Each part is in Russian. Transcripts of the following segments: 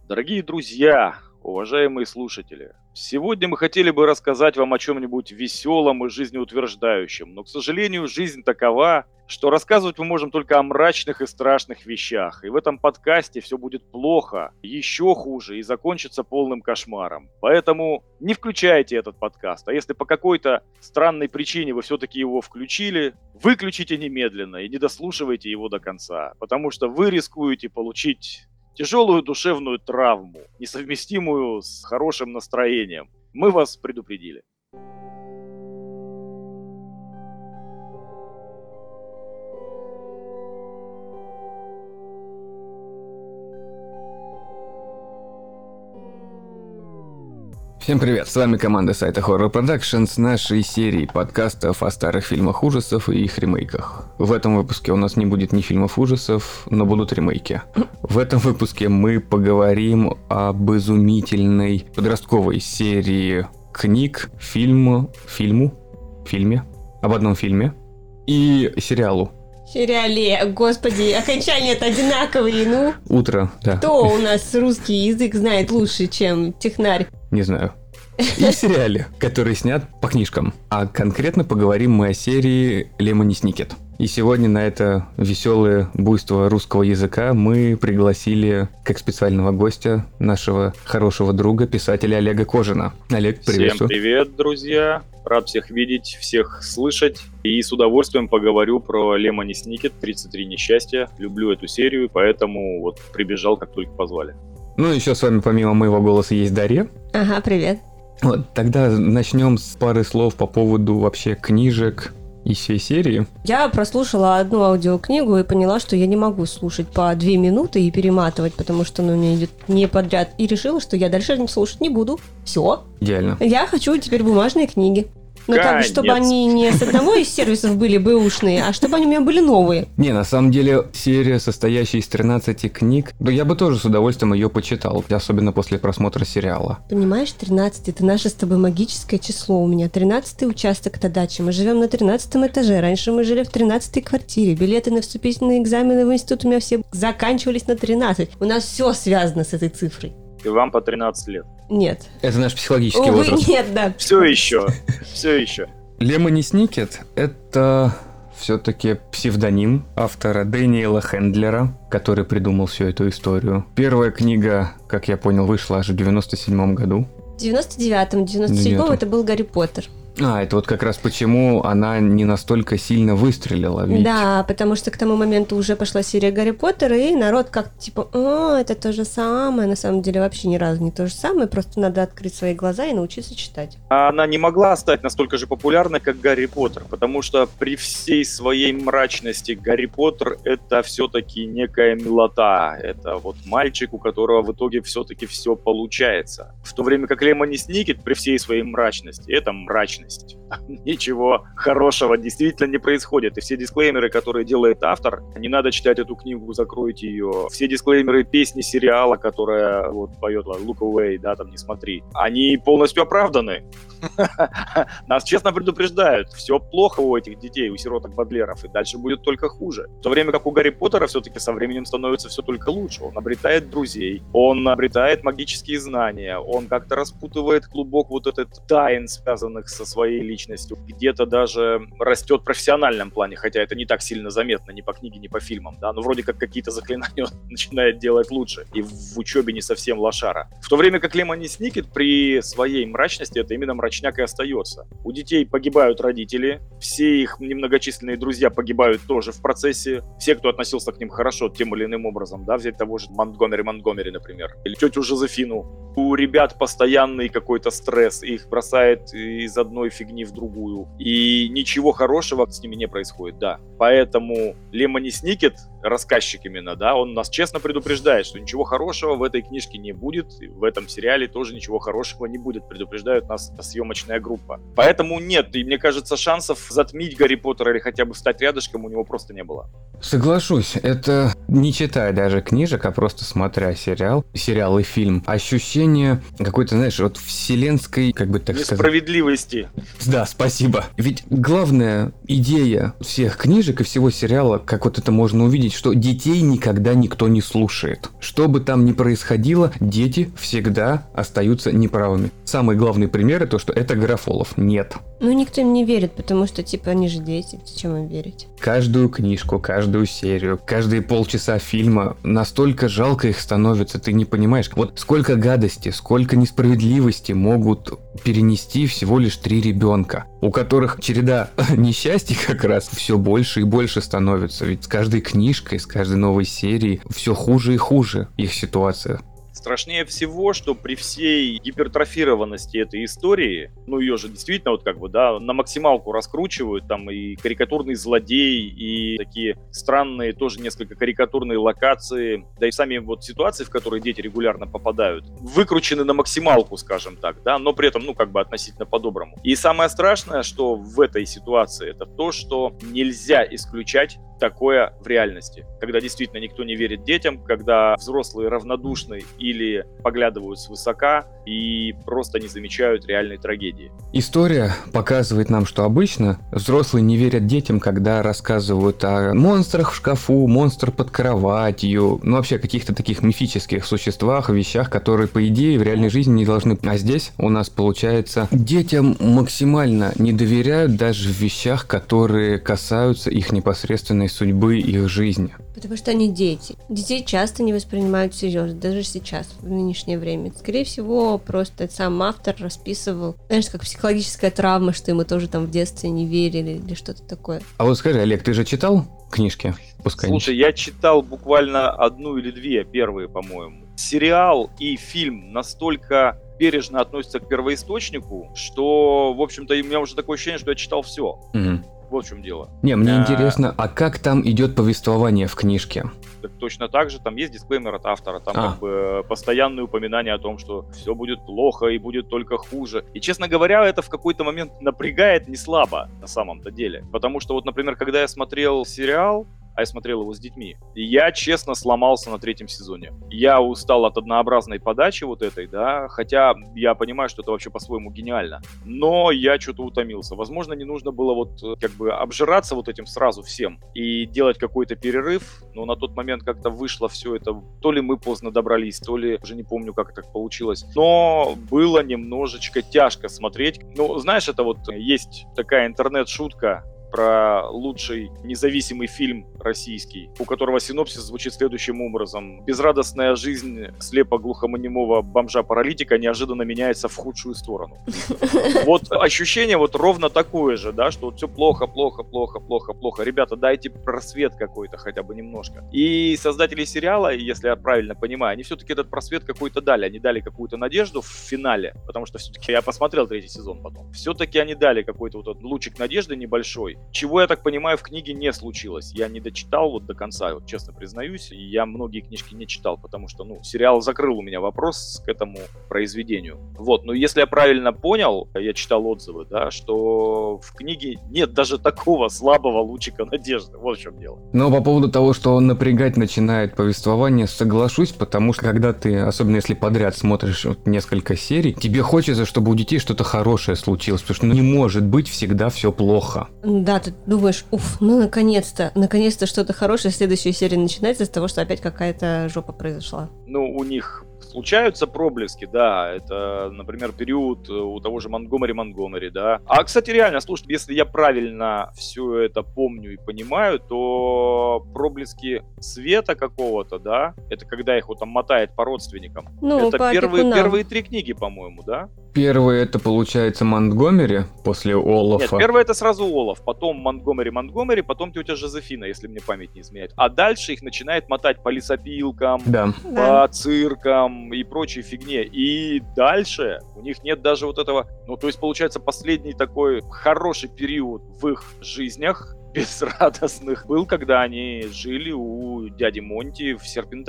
Дорогие друзья, уважаемые слушатели, сегодня мы хотели бы рассказать вам о чем-нибудь веселом и жизнеутверждающем, но, к сожалению, жизнь такова, что рассказывать мы можем только о мрачных и страшных вещах, и в этом подкасте все будет плохо, еще хуже и закончится полным кошмаром. Поэтому не включайте этот подкаст, а если по какой-то странной причине вы все-таки его включили, выключите немедленно и не дослушивайте его до конца, потому что вы рискуете получить тяжелую душевную травму, несовместимую с хорошим настроением. Мы вас предупредили. Всем привет, с вами команда сайта Horror Production с нашей серией подкастов о старых фильмах ужасов и их ремейках. В этом выпуске у нас не будет ни фильмов ужасов, но будут ремейки. В этом выпуске мы поговорим об изумительной подростковой серии книг, фильме, об одном фильме и сериалу. Сериале, господи, окончания-то одинаковые, Утро, да. Кто у нас русский язык знает лучше, чем технарь? Не знаю. И в сериале, который снят по книжкам. А конкретно поговорим мы о серии Лемони Сникет. И сегодня на это веселое буйство русского языка мы пригласили как специального гостя нашего хорошего друга, писателя Олега Кожина. Олег, приветствую. Всем привет, друзья. Рад всех видеть, всех слышать. И с удовольствием поговорю про Лемони Сникет, 33 несчастья. Люблю эту серию, поэтому вот прибежал, как только позвали. Ну, еще с вами помимо моего голоса есть Дарья. Ага, привет. Вот, тогда начнем с пары слов по поводу вообще книжек и всей серии. Я прослушала одну аудиокнигу и поняла, что я не могу слушать по 2 минуты и перематывать, потому что она у меня идет не подряд. И решила, что я дальше слушать не буду. Все. Идеально. Я хочу теперь бумажные книги. Но так, чтобы они не с одного из сервисов были бэушные, а чтобы они у меня были новые. Не, на самом деле, серия, состоящая из 13 книг, да я бы тоже с удовольствием ее почитал, особенно после просмотра сериала. Понимаешь, 13 – это наше с тобой магическое число. У меня 13-й участок от дачи. Мы живем на 13-м этаже. Раньше мы жили в 13-й квартире. Билеты на вступительные экзамены в институт у меня все заканчивались на 13. У нас все связано с этой цифрой. И вам по 13 лет. Нет. Это наш психологический Увы, возраст. нет, да. Все еще. Лемони Сникет — это все-таки псевдоним автора Дэниела Хендлера, который придумал всю эту историю. Первая книга, как я понял, вышла аж в 97 году. В 99-м, 97-м это был Гарри Поттер. Это вот как раз почему она не настолько сильно выстрелила. Ведь... Да, потому что к тому моменту уже пошла серия Гарри Поттера, и народ как-то типа, это то же самое. На самом деле вообще ни разу не то же самое, просто надо открыть свои глаза и научиться читать. Она не могла стать настолько же популярной, как Гарри Поттер, потому что при всей своей мрачности Гарри Поттер — это все-таки некая милота. Это вот мальчик, у которого в итоге все-таки все получается. В то время как Лемони Сникет при всей своей мрачности — это мрачность. Ничего хорошего действительно не происходит. И все дисклеймеры, которые делает автор, не надо читать эту книгу, закройте ее. Все дисклеймеры песни сериала, которая вот поет Look Away, да, там не смотри, они полностью оправданы. Нас честно предупреждают, все плохо у этих детей, у сироток Бодлеров, и дальше будет только хуже. В то время как у Гарри Поттера все-таки со временем становится все только лучше. Он обретает друзей, он обретает магические знания, он как-то распутывает клубок вот этот тайн, связанных со своей личностью. Где-то даже растет в профессиональном плане, хотя это не так сильно заметно ни по книге, ни по фильмам, да, но вроде как какие-то заклинания он начинает делать лучше, и в учебе не совсем лошара. В то время как Лемони Сникет при своей мрачности это именно мрачняк и остается. У детей погибают родители, все их немногочисленные друзья погибают тоже в процессе, все, кто относился к ним хорошо тем или иным образом, да, взять того же Монтгомери, например, или тетю Жозефину. У ребят постоянный какой-то стресс, их бросает из одной фигни в другую, и ничего хорошего с ними не происходит, да. Поэтому Лемони Сникет, рассказчик именно, да, он нас честно предупреждает, что ничего хорошего в этой книжке не будет, в этом сериале тоже ничего хорошего не будет, предупреждает нас съемочная группа. Поэтому нет, и мне кажется, шансов затмить Гарри Поттера или хотя бы встать рядышком у него просто не было. Соглашусь, это не читая даже книжек, а просто смотря сериал и фильм, ощущение ощущение какой-то, знаешь, вот вселенской, как бы так сказать... Несправедливости. Да, спасибо. Ведь главная идея всех книжек и всего сериала, как вот это можно увидеть, что детей никогда никто не слушает. Что бы там ни происходило, дети всегда остаются неправыми. Самый главный пример — это то, что это Гарофолов. Нет. Ну, никто им не верит, потому что, типа, они же дети, зачем им верить? Каждую книжку, каждую серию, каждые полчаса фильма настолько жалко их становится, ты не понимаешь. Вот сколько гадости, сколько несправедливости могут перенести всего лишь 3 ребенка, у которых череда несчастий как раз все больше и больше становится. Ведь с каждой книжкой, с каждой новой серией все хуже и хуже их ситуация. Страшнее всего, что при всей гипертрофированности этой истории, ну ее же действительно вот как бы, да, на максималку раскручивают, там и карикатурный злодей, и такие странные, тоже несколько карикатурные локации, да и сами вот ситуации, в которые дети регулярно попадают, выкручены на максималку, скажем так, да, но при этом, ну как бы относительно по-доброму. И самое страшное, что в этой ситуации, это то, что нельзя исключать такое в реальности. Когда действительно никто не верит детям, когда взрослые равнодушны или поглядывают свысока и просто не замечают реальной трагедии. История показывает нам, что обычно взрослые не верят детям, когда рассказывают о монстрах в шкафу, монстр под кроватью, ну вообще каких-то таких мифических существах, вещах, которые по идее в реальной жизни не должны. А здесь у нас получается, детям максимально не доверяют даже в вещах, которые касаются их непосредственной судьбы, их жизни. Потому что они дети. Детей часто не воспринимают всерьез, даже сейчас, в нынешнее время. Скорее всего, просто сам автор расписывал, знаешь, как психологическая травма, что ему тоже там в детстве не верили или что-то такое. А вот скажи, Олег, ты же читал книжки? Пускай Слушай, я читал буквально 1 или 2, первые, по-моему. Сериал и фильм настолько бережно относятся к первоисточнику, что, в общем-то, у меня уже такое ощущение, что я читал все. Угу. Вот в чем дело. Не, мне интересно, а как там идет повествование в книжке? Так точно так же, там есть дисклеймер от автора, там как бы постоянные упоминания о том, что все будет плохо и будет только хуже. И, честно говоря, это в какой-то момент напрягает не слабо на самом-то деле. Потому что вот, например, когда я смотрел сериал, а я смотрел его с детьми, я честно сломался на 3-м сезоне. Я устал от однообразной подачи вот этой, да, хотя я понимаю, что это вообще по-своему гениально, но я что-то утомился. Возможно, не нужно было вот как бы обжираться вот этим сразу всем и делать какой-то перерыв, но на тот момент как-то вышло все это, то ли мы поздно добрались, то ли, уже не помню, как так получилось, но было немножечко тяжко смотреть. Ну, знаешь, это вот есть такая интернет-шутка про лучший независимый фильм российский, у которого синопсис звучит следующим образом. Безрадостная жизнь слепо-глухонемого бомжа-паралитика неожиданно меняется в худшую сторону. Вот ощущение вот ровно такое же, да, что вот все плохо, плохо, плохо, плохо, плохо. Ребята, дайте просвет какой-то хотя бы немножко. И создатели сериала, если я правильно понимаю, они все-таки этот просвет какой-то дали. Они дали какую-то надежду в финале, потому что все-таки я посмотрел 3-й сезон потом. Все-таки они дали какой-то вот лучик надежды небольшой, чего, я так понимаю, в книге не случилось. Я не дочитал вот до конца, вот, честно признаюсь, и я многие книжки не читал, потому что, ну, сериал закрыл у меня вопрос к этому произведению. Вот, но если я правильно понял, я читал отзывы, да, что в книге нет даже такого слабого лучика надежды. Вот в чем дело. Но по поводу того, что он напрягать начинает повествование, соглашусь, потому что когда ты, особенно если подряд смотришь вот несколько серий, тебе хочется, чтобы у детей что-то хорошее случилось, потому что не может быть всегда все плохо. Да, ты думаешь, ну наконец-то что-то хорошее, следующая серия начинается с того, что опять какая-то жопа произошла. Ну, у них случаются проблески, да, это, например, период у того же Монтгомери, да. А, кстати, реально, слушай, если я правильно все это помню и понимаю, то проблески света какого-то, да, это когда их вот там мотает по родственникам. Ну, это по первые 3 книги, по-моему, да? Первый это, получается, Монтгомери после Олафа. Нет, первый это сразу Олаф, потом Монтгомери, потом тетя Жозефина, если мне память не изменяет. А дальше их начинает мотать по лесопилкам, Да. по циркам и прочей фигне. И дальше у них нет даже вот этого... Ну, то есть, получается, последний такой хороший период в их жизнях, безрадостных, был, когда они жили у дяди Монти в Серпентарии.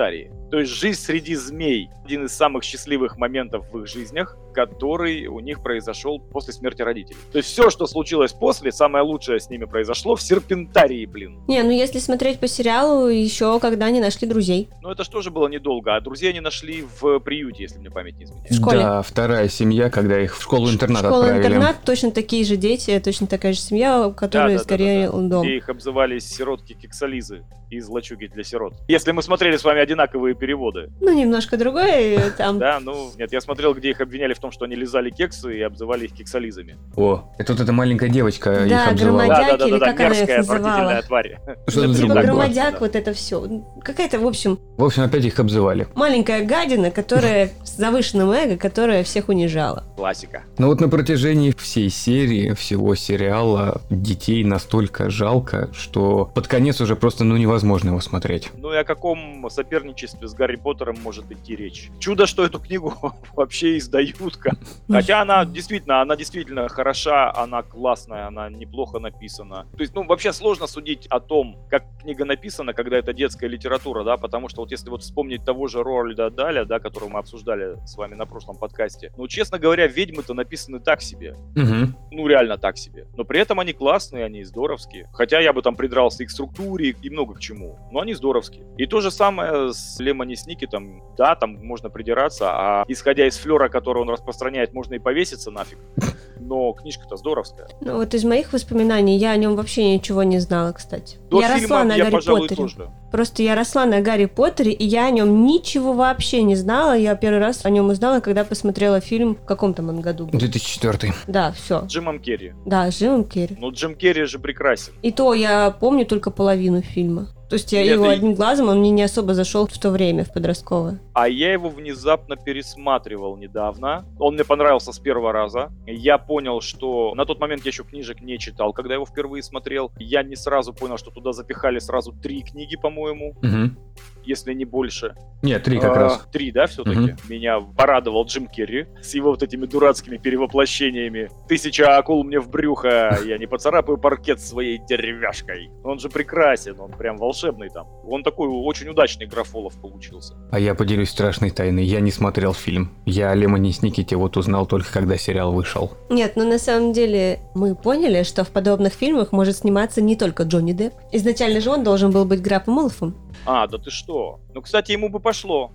То есть жизнь среди змей. Один из самых счастливых моментов в их жизнях, который у них произошел после смерти родителей. То есть все, что случилось после, самое лучшее с ними произошло в Серпентарии, блин. Не, ну если смотреть по сериалу, еще когда они нашли друзей. Но это же тоже было недолго, а друзей они нашли в приюте, если мне память не изменяет. В школе. Да, вторая семья, когда их в школу-интернат отправили. Школа-интернат, точно такие же дети, точно такая же семья, у которой сгорел дом. Где их обзывали сиротки-кексализы из «Лачуги для сирот». Если мы смотрели с вами одинаковые переводы. Ну, немножко другое там. Да, ну, нет, я смотрел, где их обвиняли в том, что они лизали кексы и обзывали их кексализами. О, это вот эта маленькая девочка их Да, обзывала. громадяки, или как она их мерзкая, называла? отвратительная тварь. Что-то Типа другое. громадяк, вот это все. Какая-то, в общем, В общем, опять их обзывали. маленькая гадина, которая с завышенным эго, которая всех унижала. Классика. Но вот на протяжении всей серии, всего сериала, детей настолько жалко, что под конец уже просто невозможно его смотреть. Ну и о каком соперничестве с Гарри Поттером может идти речь? Чудо, что эту книгу вообще издают. Хотя она действительно хороша, она классная, она неплохо написана. То есть, вообще сложно судить о том, как книга написана, когда это детская литература, да, потому что вот если вот вспомнить того же Роальда Даля, да, которого мы обсуждали с вами на прошлом подкасте, честно говоря, ведьмы-то написаны так себе. Угу. Реально так себе. Но при этом они классные, они здоровские. Хотя я бы там придрался и к структуре, и много к чему. Но они здоровские. И то же самое с Лемони Сникетом. Да, там можно придираться, а исходя из флера, который он распространяет, можно и повеситься нафиг. Но книжка-то здоровская. Ну вот из моих воспоминаний я о нем вообще ничего не знала, кстати. До Я фильма росла на я, Гарри пожалуй, Поттере. тоже. Просто я росла на Гарри Поттере, и я о нем ничего вообще не знала. Я первый раз о нем узнала, когда посмотрела фильм, в каком там он году был. 2004. Да, все. Джимом Керри. Да, с Джимом Керри. Джим Керри же прекрасен. И то я помню только половину фильма. То есть я Нет, его и- одним глазом, он мне не особо зашел в то время, в подростковое. А я его внезапно пересматривал недавно. Он мне понравился с первого раза. Я понял, что... На тот момент я еще книжек не читал, когда его впервые смотрел. Я не сразу понял, что туда запихали сразу 3 книги, по-моему, Угу. если не больше. Нет, 3 как раз. 3, да, все-таки? Мгм. Меня порадовал Джим Керри с его вот этими дурацкими перевоплощениями. 1000 акул мне в брюхо, я не поцарапаю паркет своей деревяшкой. Он же прекрасен, он прям волшебный там. Он такой очень удачный графолов получился. А я поделюсь страшной тайной. Я не смотрел фильм. Я о Лемони Сникете вот узнал только когда сериал вышел. Нет, но на самом деле мы поняли, что в подобных фильмах может сниматься не только Джонни Депп. Изначально же он должен был быть графом Малфом. А, да ты что? Кстати, ему бы пошло.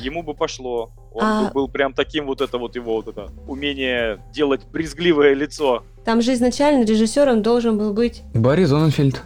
Он был прям таким вот это умение делать брезгливое лицо. Там же изначально режиссером должен был быть Барри Зонненфельд,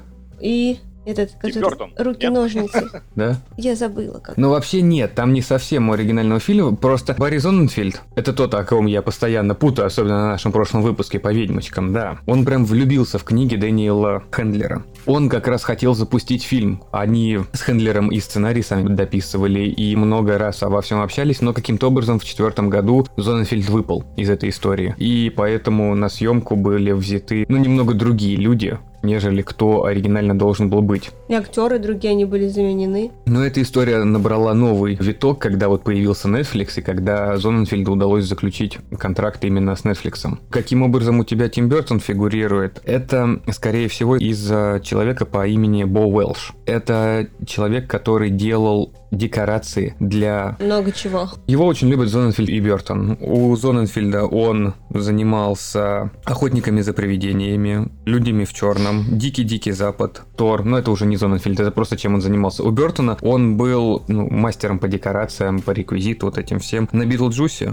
и этот, который Бёртон, нет? руки-ножницы. да? Я забыла как. Ну вообще нет, там не совсем у оригинального фильма, просто Барри Зонненфельд, это тот, о ком я постоянно путаю, особенно на нашем прошлом выпуске по ведьмочкам, да. Он прям влюбился в книги Дэниела Хендлера. Он как раз хотел запустить фильм. Они с Хендлером и сценарий сами дописывали, и много раз обо всем общались, но каким-то образом в 4-м году Зонненфельд выпал из этой истории. И поэтому на съемку были взяты, немного другие люди, нежели кто оригинально должен был быть. И актеры другие, они были заменены. Но эта история набрала новый виток, когда вот появился Netflix, и когда Зонненфельду удалось заключить контракт именно с Netflix. Каким образом у тебя Тим Бёртон фигурирует? Это, скорее всего, из-за человека по имени Бо Уэлш. Это человек, который делал декорации для... Много чего. Его очень любят Зонненфельд и Бёртон. У Зонненфельда он занимался охотниками за привидениями, людьми в черном, Дикий-Дикий Запад, Тор. Но это уже не Зонненфельд, это просто чем он занимался. У Бёртона он был мастером по декорациям, по реквизиту, вот этим всем. На Битлджусе,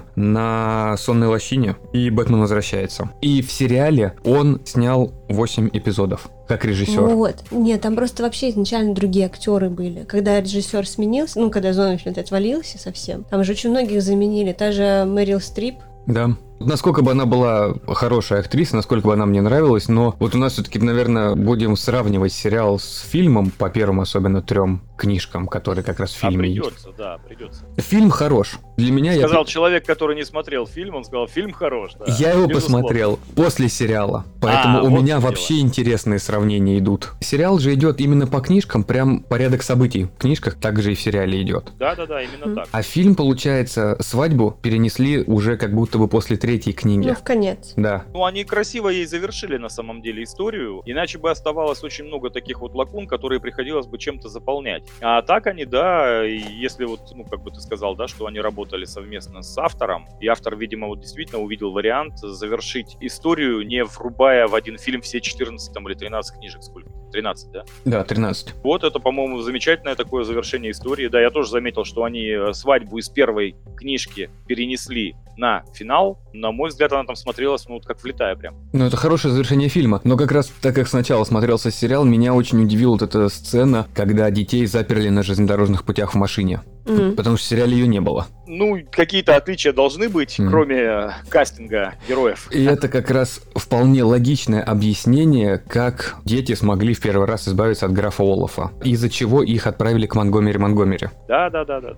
на Сонной лощине и Бэтмен возвращается. И в сериале он снял 8 эпизодов как режиссер. Вот. Нет, там просто вообще изначально другие актеры были. Когда режиссер сменился, когда Зонненфельд отвалился совсем, там же очень многих заменили. Та же Мэрил Стрип. Да. Насколько бы она была хорошая актриса, насколько бы она мне нравилась, но вот у нас все-таки, наверное, будем сравнивать сериал с фильмом, по первым особенно 3 книжкам, которые как раз в фильме есть. Придется. Фильм хорош. Для меня Сказал человек, который не смотрел фильм, он сказал, фильм хорош. Да, я его безусловно. посмотрел после сериала, поэтому у вот меня в чем вообще интересные сравнения идут. Сериал же идет именно по книжкам, прям порядок событий в книжках также и в сериале идет. Да, именно так. А фильм, получается, свадьбу перенесли уже как будто бы после 3-й книги. В конец. Да. Они красиво ей завершили на самом деле историю, иначе бы оставалось очень много таких вот лакун, которые приходилось бы чем-то заполнять. А так они, да, и если вот, ну, как бы ты сказал, да, что они работали совместно с автором, и автор, видимо, вот действительно увидел вариант завершить историю, не врубая в один фильм все 14 там, или 13 книжек, сколько? 13, да? Да, 13. Вот это, по-моему, замечательное такое завершение истории. Да, я тоже заметил, что они свадьбу из первой книжки перенесли на финал. На мой взгляд, она там смотрелась, ну, вот как влитая прям. Ну, это хорошее завершение фильма. Но как раз так как сначала смотрелся сериал, меня очень удивила вот эта сцена, когда детей заперли на железнодорожных путях в машине. Потому что в сериале ее не было. Ну, какие-то отличия должны быть, кроме кастинга героев. И это как раз вполне логичное объяснение, как дети смогли в первый раз избавиться от графа Олафа, из-за чего их отправили к Монгомери. Да.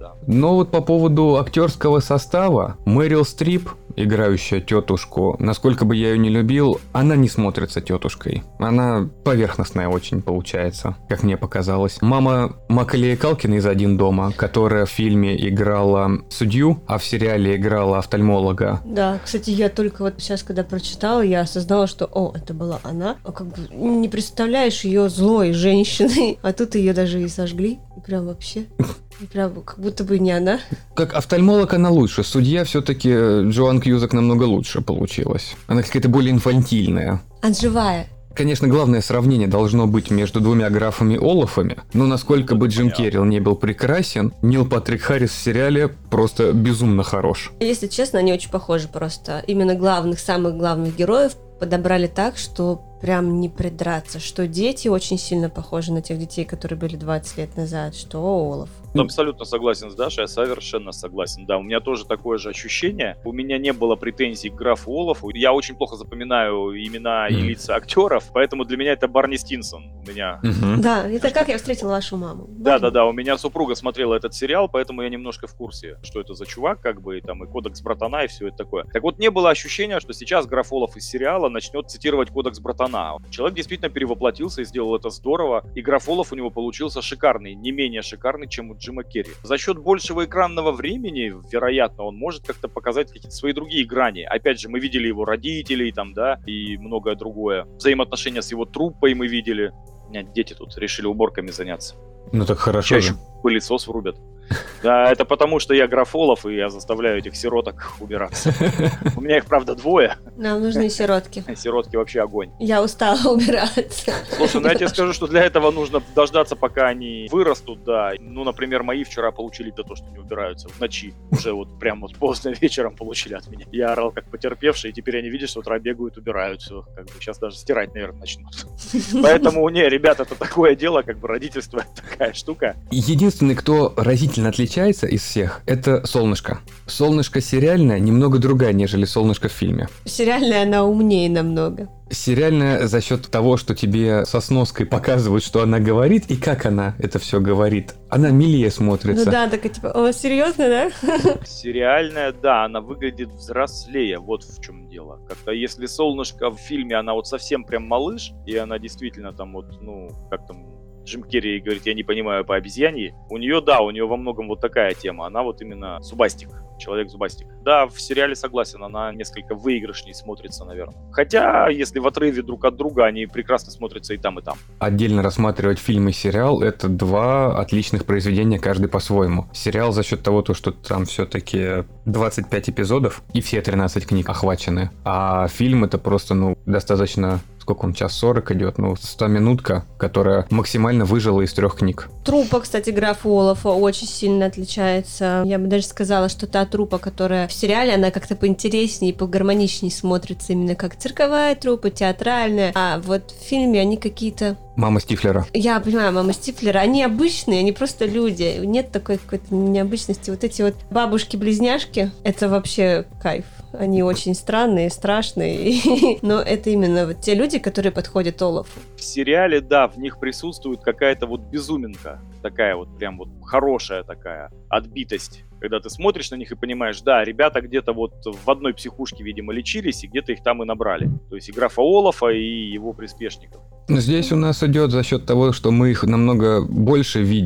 Но вот по поводу актерского состава, Мэрил Стрип, играющая тетушку, насколько бы я ее не любил, она не смотрится тетушкой. Она поверхностная очень получается, как мне показалось. Мама Макалея Калкина из «Один дома», которая в фильме играла судью, а в сериале играла офтальмолога. Да, кстати, я только вот сейчас, когда прочитала, я осознала, что, это была она. Как бы не представляешь ее злой женщиной, а тут ее даже и сожгли. И прям вообще... И прям как будто бы не она. Как офтальмолог она лучше. Судья все-таки Джоан Кьюзак намного лучше получилась. Она какая-то более инфантильная. Она живая. Конечно, главное сравнение должно быть между двумя графами Олафами, но насколько бы Джим Керрилл не был прекрасен, Нил Патрик Харрис в сериале просто безумно хорош. Если честно, они очень похожи просто. Именно самых главных героев подобрали так, что прям не придраться, что дети очень сильно похожи на тех детей, которые были 20 лет назад, что Олаф. Абсолютно согласен с Дашей, я совершенно согласен. Да, у меня тоже такое же ощущение. У меня не было претензий к графу Олафу. Я очень плохо запоминаю имена и лица актеров, поэтому для меня это Барни Стинсон. У меня... Да, это «Как я встретил вашу маму». Да, у меня супруга смотрела этот сериал, поэтому я немножко в курсе, что это за чувак, как бы, и там, и Кодекс Братана, и все это такое. Так вот, не было ощущения, что сейчас граф Олаф из сериала начнет цитировать Кодекс Братана. Человек действительно перевоплотился и сделал это здорово, и граф Олаф у него получился шикарный, не менее шикарный, чем у Джима Керри. За счет большего экранного времени, вероятно, он может как-то показать какие-то свои другие грани. Опять же, мы видели его родителей, там, да, и многое другое. Взаимоотношения с его труппой мы видели. У меня дети тут решили уборками заняться. Ну так хорошо чаще же. Пылесос врубят. Да, это потому, что я граф Олаф, и я заставляю этих сироток убираться. У меня их, правда, 2. Нам нужны сиротки. Сиротки вообще огонь. Я устала убираться. Слушай, ну я тебе скажу, что для этого нужно дождаться, пока они вырастут, да. Ну, например, мои вчера получили за то, что не убираются в ночи. Уже вот прям вот поздно вечером получили от меня. Я орал как потерпевший, и теперь они видят, что с утра бегают, убирают все. Как бы сейчас даже стирать, наверное, начнут. Поэтому, ребята, это такое дело, как бы родительство — это такая штука. Единственный, кто разительно отличается из всех, это Солнышко. Солнышко сериальное немного другая, нежели Солнышко в фильме. Сериальная она умнее намного. Сериальная за счет того, что тебе со сноской показывают, что она говорит и как она это все говорит. Она милее смотрится. Ну да, такая типа, серьезно, да? Сериальная, да, она выглядит взрослее, вот в чем дело. Как-то если Солнышко в фильме, она вот совсем прям малыш, и она действительно там вот, как там Джим Керри говорит, я не понимаю по обезьяньи. У нее во многом вот такая тема. Она вот именно зубастик, человек-зубастик. Да, в сериале согласен, она несколько выигрышней смотрится, наверное. Хотя, если в отрыве друг от друга, они прекрасно смотрятся и там, и там. Отдельно рассматривать фильм и сериал — это 2 отличных произведения, каждый по-своему. Сериал за счет того, что там все-таки 25 эпизодов, и все 13 книг охвачены. А фильм — это просто, достаточно... Сколько он, 1:40 идет? 100-минутка, которая максимально выжила из 3 книг. Труппа, кстати, графа Олафа очень сильно отличается. Я бы даже сказала, что та труппа, которая в сериале, она как-то поинтереснее и погармоничнее смотрится, именно как цирковая труппа, театральная. А вот в фильме они какие-то... Мама Стифлера. Я понимаю, мама Стифлера. Они обычные, они просто люди. Нет такой какой-то необычности. Вот эти вот бабушки-близняшки, это вообще кайф. Они очень странные, страшные. Но это именно вот те люди, которые подходят Олафу. В сериале, да, в них присутствует какая-то вот безуминка. Такая вот прям вот хорошая такая отбитость. Когда ты смотришь на них и понимаешь, да, ребята где-то вот в одной психушке, видимо, лечились, и где-то их там и набрали. То есть и графа Олафа, и его приспешников. Но здесь у нас идет за счет того, что мы их намного больше видим.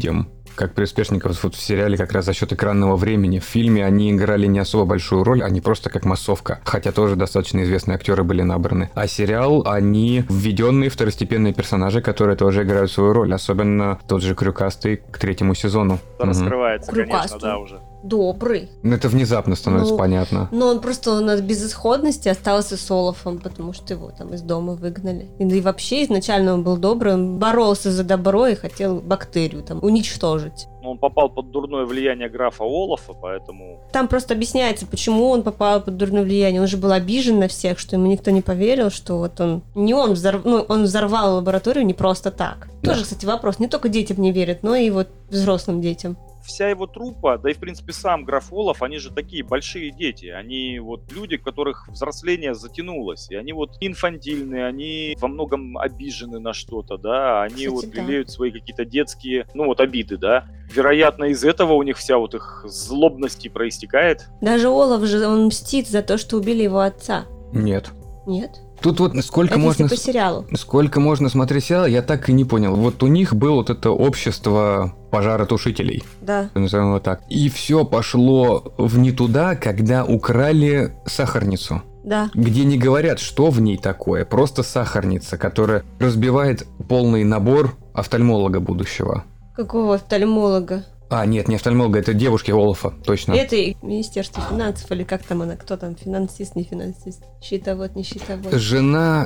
как приспешников вот в сериале как раз за счет экранного времени. В фильме они играли не особо большую роль, они просто как массовка, хотя тоже достаточно известные актеры были набраны. А сериал, они введенные второстепенные персонажи, которые тоже играют свою роль, особенно тот же Крюкастый к 3-му сезону. Раскрывается, конечно, Крюкастый. да, уже. Добрый. Это внезапно становится понятно. Но он просто от безысходности остался с Олафом, потому что его там из дома выгнали. И вообще изначально он был добрый, он боролся за добро и хотел бактерию там уничтожить. Он попал под дурное влияние графа Олафа, поэтому... Там просто объясняется, почему он попал под дурное влияние. Он же был обижен на всех, что ему никто не поверил, что вот он... Не он он взорвал лабораторию не просто так. Да. Тоже, кстати, вопрос. Не только детям не верят, но и вот взрослым детям. Вся его труппа, да и в принципе сам граф Олаф, они же такие большие дети. Они вот люди, у которых взросление затянулось. И они вот инфантильные, они во многом обижены на что-то, да. Они Кстати, вот да. лелеют свои какие-то детские, обиды, да. Вероятно, из этого у них вся вот их злобность и проистекает. Даже Олаф же, он мстит за то, что убили его отца. Нет. Нет? Тут вот сколько Это можно... если по сериалу. Сколько можно смотреть сериал, я так и не понял. Вот у них было вот это общество пожаротушителей, Да. назовем его так. И все пошло в не туда, когда украли сахарницу. Да. Где не говорят, что в ней такое, просто сахарница, которая разбивает полный набор офтальмолога будущего. Какого офтальмолога? А, нет, не офтальмолога, это девушки Олафа, точно. Это и Министерство финансов, или как там она, кто там, финансист, не финансист, счетовод, не счетовод. Жена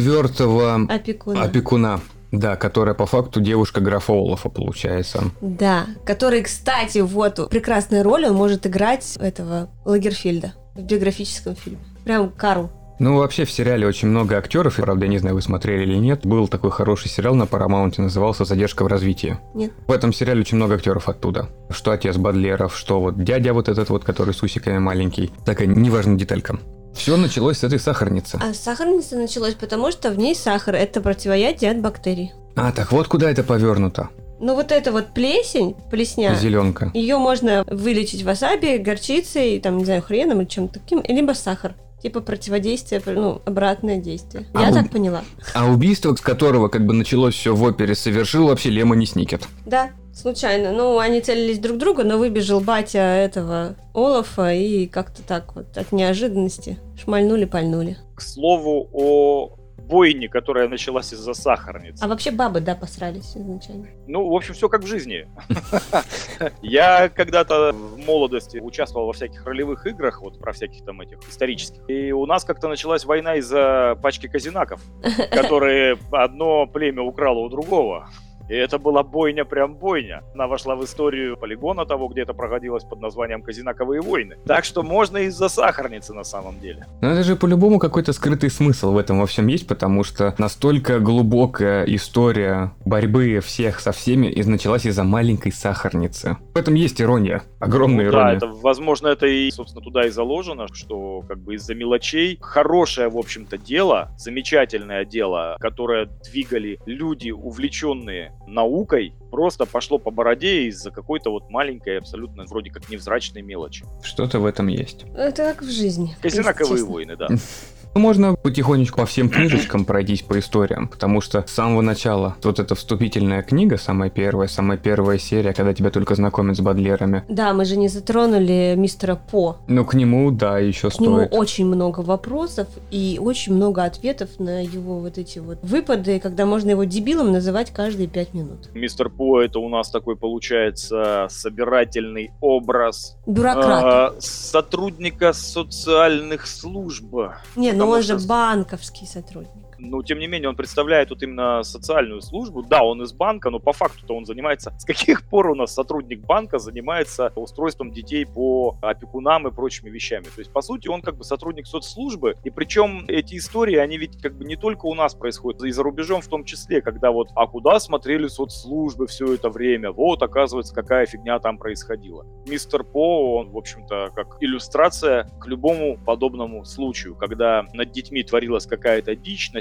4-го Опекуна. опекуна. Да, которая по факту девушка графа Олафа, получается. Да, который, кстати, вот прекрасная роль, он может играть этого Лагерфельда в биографическом фильме. Прям Карл. Ну, вообще в сериале очень много актеров, и, правда, я не знаю, вы смотрели или нет. Был такой хороший сериал на Paramount, назывался «Задержка в развитии». Нет. В этом сериале очень много актеров оттуда. Что отец Бодлеров, что вот дядя вот этот вот, который с усиками маленький. Такая неважная деталька. Все началось с этой сахарницы. А сахарница началась, потому что в ней сахар – это противоядие от бактерий. А, так вот куда это повернуто. Но вот эта вот плесня, Зеленка. ее можно вылечить васаби, горчицей, там, не знаю, хреном или чем-то таким, либо сахар. Типа противодействие, обратное действие. Я так поняла. А убийство, с которого как бы началось все в опере, совершил вообще Лемони Сникет. Да, случайно. Они целились друг друга, но выбежал батя этого Олафа и как-то так вот от неожиданности шмальнули-пальнули. К слову о бойне, которая началась из-за сахарницы. А вообще бабы, да, посрались изначально. В общем, все как в жизни. Я когда-то в молодости участвовал во всяких ролевых играх, вот про всяких там этих исторических. И у нас как-то началась война из-за пачки казинаков, которые одно племя украло у другого. И это была бойня, прям бойня. Она вошла в историю полигона того, где это проходилось под названием «Казинаковые войны». Так что можно из-за сахарницы на самом деле. Но это же по-любому какой-то скрытый смысл в этом во всем есть, потому что настолько глубокая история борьбы всех со всеми началась из-за маленькой сахарницы. В этом есть ирония, огромная ирония. Да, возможно, это и, собственно, туда и заложено, что как бы из-за мелочей хорошее, в общем-то, дело, замечательное дело, которое двигали люди, увлеченные наукой, просто пошло по бороде из-за какой-то вот маленькой, абсолютно вроде как невзрачной мелочи. Что-то в этом есть. Это как в жизни. Казинаковые честно. войны, да. Можно потихонечку по всем книжечкам пройтись по историям, потому что с самого начала вот эта вступительная книга, самая первая серия, когда тебя только знакомят с Бодлерами. Да, мы же не затронули мистера По. Ну, к нему, да, еще К нему стоит. очень много вопросов и очень много ответов на его вот эти вот выпады, когда можно его дебилом называть каждые 5 минут. Мистер По — это у нас такой, получается, собирательный образ Бюрократ. сотрудника социальных служб. Не, ну потому он же что- банковский сотрудник. Но, тем не менее, он представляет вот именно социальную службу. Да, он из банка, но по факту-то он занимается... С каких пор у нас сотрудник банка занимается устройством детей по опекунам и прочими вещами? То есть, по сути, он как бы сотрудник соцслужбы. И причем эти истории, они ведь как бы не только у нас происходят, и за рубежом в том числе, когда вот, а куда смотрели соцслужбы все это время? Вот, оказывается, какая фигня там происходила. Мистер По, он, в общем-то, как иллюстрация к любому подобному случаю, когда над детьми творилась какая-то дичь,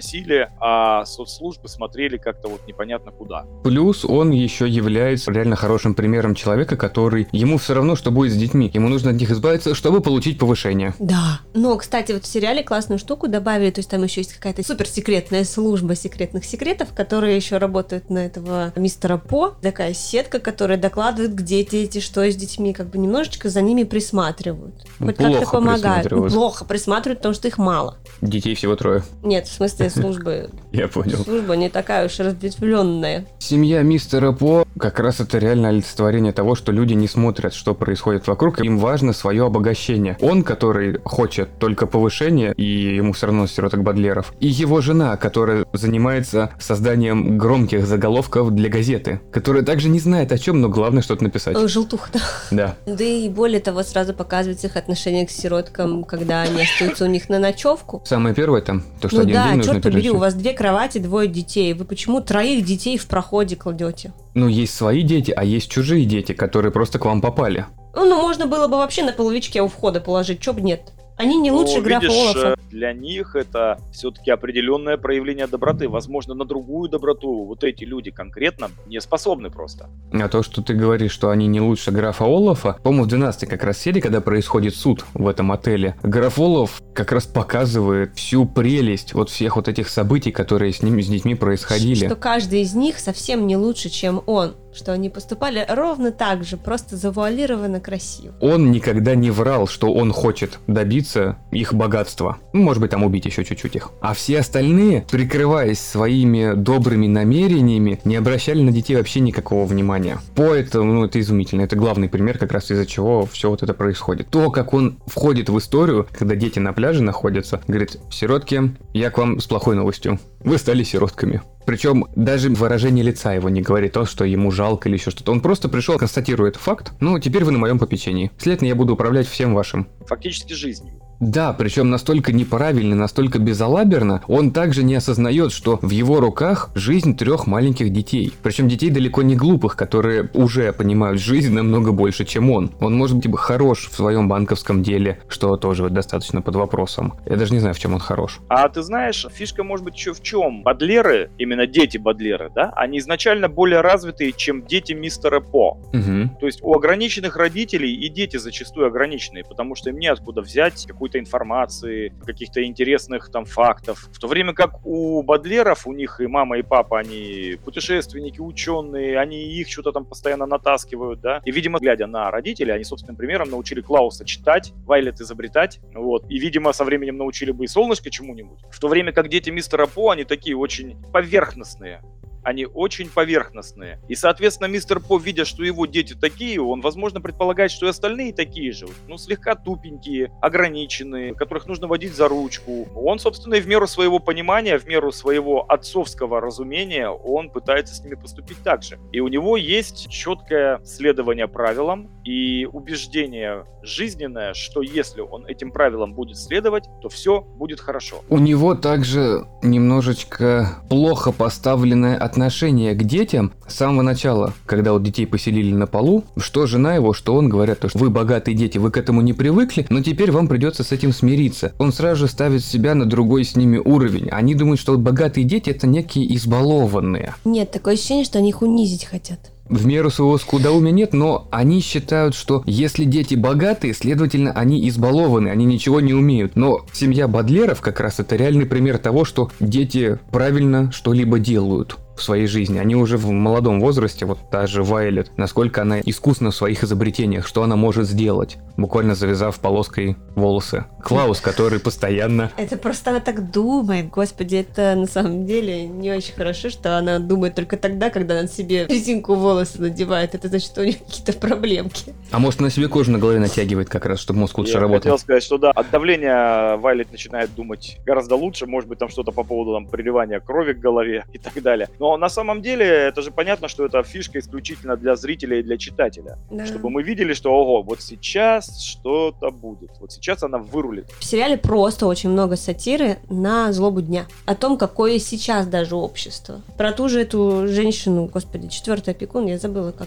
насилие, а соцслужбы смотрели как-то вот непонятно куда. Плюс он еще является реально хорошим примером человека, который ему все равно, что будет с детьми. Ему нужно от них избавиться, чтобы получить повышение. Да. Но, кстати, вот в сериале классную штуку добавили, то есть там еще есть какая-то суперсекретная служба секретных секретов, которые еще работают на этого мистера По. Такая сетка, которая докладывает, где дети, что с детьми, как бы немножечко за ними присматривают. Хоть как-то помогают. Плохо присматривают, потому что их мало. Детей всего 3. Нет, в смысле службы. Я понял. Служба не такая уж разветвленная. Семья мистера По как раз это реально олицетворение того, что люди не смотрят, что происходит вокруг, им важно свое обогащение. Он, который хочет только повышения, и ему все равно сироток Бодлеров, и его жена, которая занимается созданием громких заголовков для газеты, которая также не знает о чем, но главное что-то написать. Желтуха, да. Да. Да и более того, сразу показывается их отношение к сироткам, когда они остаются у них на ночевку. Самое первое там, то, что Ну один да, день нужно черт побери, переночевать. у вас 2 кровати, 2 детей. Вы почему 3 детей в проходе кладете? Ну, есть свои дети, а есть чужие дети, которые просто к вам попали. Ну, можно было бы вообще на половичке у входа положить, чё б нет. Они не лучше графа Олафа. Для них это все-таки определенное проявление доброты. Возможно, на другую доброту вот эти люди конкретно не способны просто. А то, что ты говоришь, что они не лучше графа Олафа, по-моему, в 12 как раз серии, когда происходит суд в этом отеле, граф Олаф как раз показывает всю прелесть вот всех вот этих событий, которые с ними, с детьми происходили. Что каждый из них совсем не лучше, чем он. Что они поступали ровно так же, просто завуалированно красиво. Он никогда не врал, что он хочет добиться их богатства. Ну, может быть, там убить еще чуть-чуть их. А все остальные, прикрываясь своими добрыми намерениями, не обращали на детей вообще никакого внимания. Это изумительно. Это главный пример, как раз из-за чего все вот это происходит. То, как он входит в историю, когда дети на пляже находятся, говорит: сиротки, я к вам с плохой новостью. Вы стали сиротками. Причем даже выражение лица его не говорит то, что ему жалко или еще что-то. Он просто пришел, констатирует факт. Ну, теперь вы на моем попечении. Следовательно, я буду управлять всем вашим. Фактически жизнью. Да, причем настолько неправильно, настолько безалаберно, он также не осознает, что в его руках жизнь 3 маленьких детей. Причем детей далеко не глупых, которые уже понимают жизнь намного больше, чем он. Он может быть хорош в своем банковском деле, что тоже достаточно под вопросом. Я даже не знаю, в чем он хорош. А ты знаешь, фишка может быть еще в чем? Бодлеры, именно дети Бодлеры, да, они изначально более развитые, чем дети мистера По. Угу. То есть у ограниченных родителей и дети зачастую ограниченные, потому что им неоткуда взять какую-то информации, каких-то интересных там фактов. В то время как у Бодлеров, у них и мама, и папа, они путешественники, ученые, они их что-то там постоянно натаскивают, да. И, видимо, глядя на родителей, они собственным примером научили Клауса читать, Вайлет изобретать, вот. И, видимо, со временем научили бы и солнышко чему-нибудь. В то время как дети мистера По, они такие очень поверхностные. Они очень поверхностные. И, соответственно, мистер По, видя, что его дети такие, он, возможно, предполагает, что и остальные такие же. Ну, слегка тупенькие, ограниченные, которых нужно водить за ручку. Он, собственно, и в меру своего понимания, в меру своего отцовского разумения, он пытается с ними поступить так же. И у него есть четкое следование правилам и убеждение жизненное, что если он этим правилам будет следовать, то все будет хорошо. У него также немножечко плохо поставленное отношение к детям с самого начала, когда вот детей поселили на полу, что жена его, что он, говорят, что вы богатые дети, вы к этому не привыкли, но теперь вам придется с этим смириться. Он сразу же ставит себя на другой с ними уровень. Они думают, что вот богатые дети это некие избалованные. Нет, такое ощущение, что они их унизить хотят. В меру своего скудоумия нет, но они считают, что если дети богатые, следовательно, они избалованы, они ничего не умеют. Но семья Бодлеров как раз это реальный пример того, что дети правильно что-либо делают в своей жизни. Они уже в молодом возрасте, вот та же Вайлет, насколько она искусна в своих изобретениях, что она может сделать, буквально завязав полоской волосы. Клаус, который постоянно... Это просто она так думает. Господи, это на самом деле не очень хорошо, что она думает только тогда, когда она себе резинку волосы надевает. Это значит, что у нее какие-то проблемки. А может, она себе кожу на голове натягивает как раз, чтобы мозг лучше работал? Я хотел сказать, что да, от давления Вайлет начинает думать гораздо лучше, может быть, там что-то по поводу там, приливания крови к голове и так далее. Но на самом деле, это же понятно, что это фишка исключительно для зрителя и для читателя. Да. Чтобы мы видели, что, ого, вот сейчас что-то будет. Вот сейчас она вырулит. В сериале просто очень много сатиры на злобу дня. О том, какое сейчас даже общество. Про ту же эту женщину, господи, 4-й опекун, я забыла, как...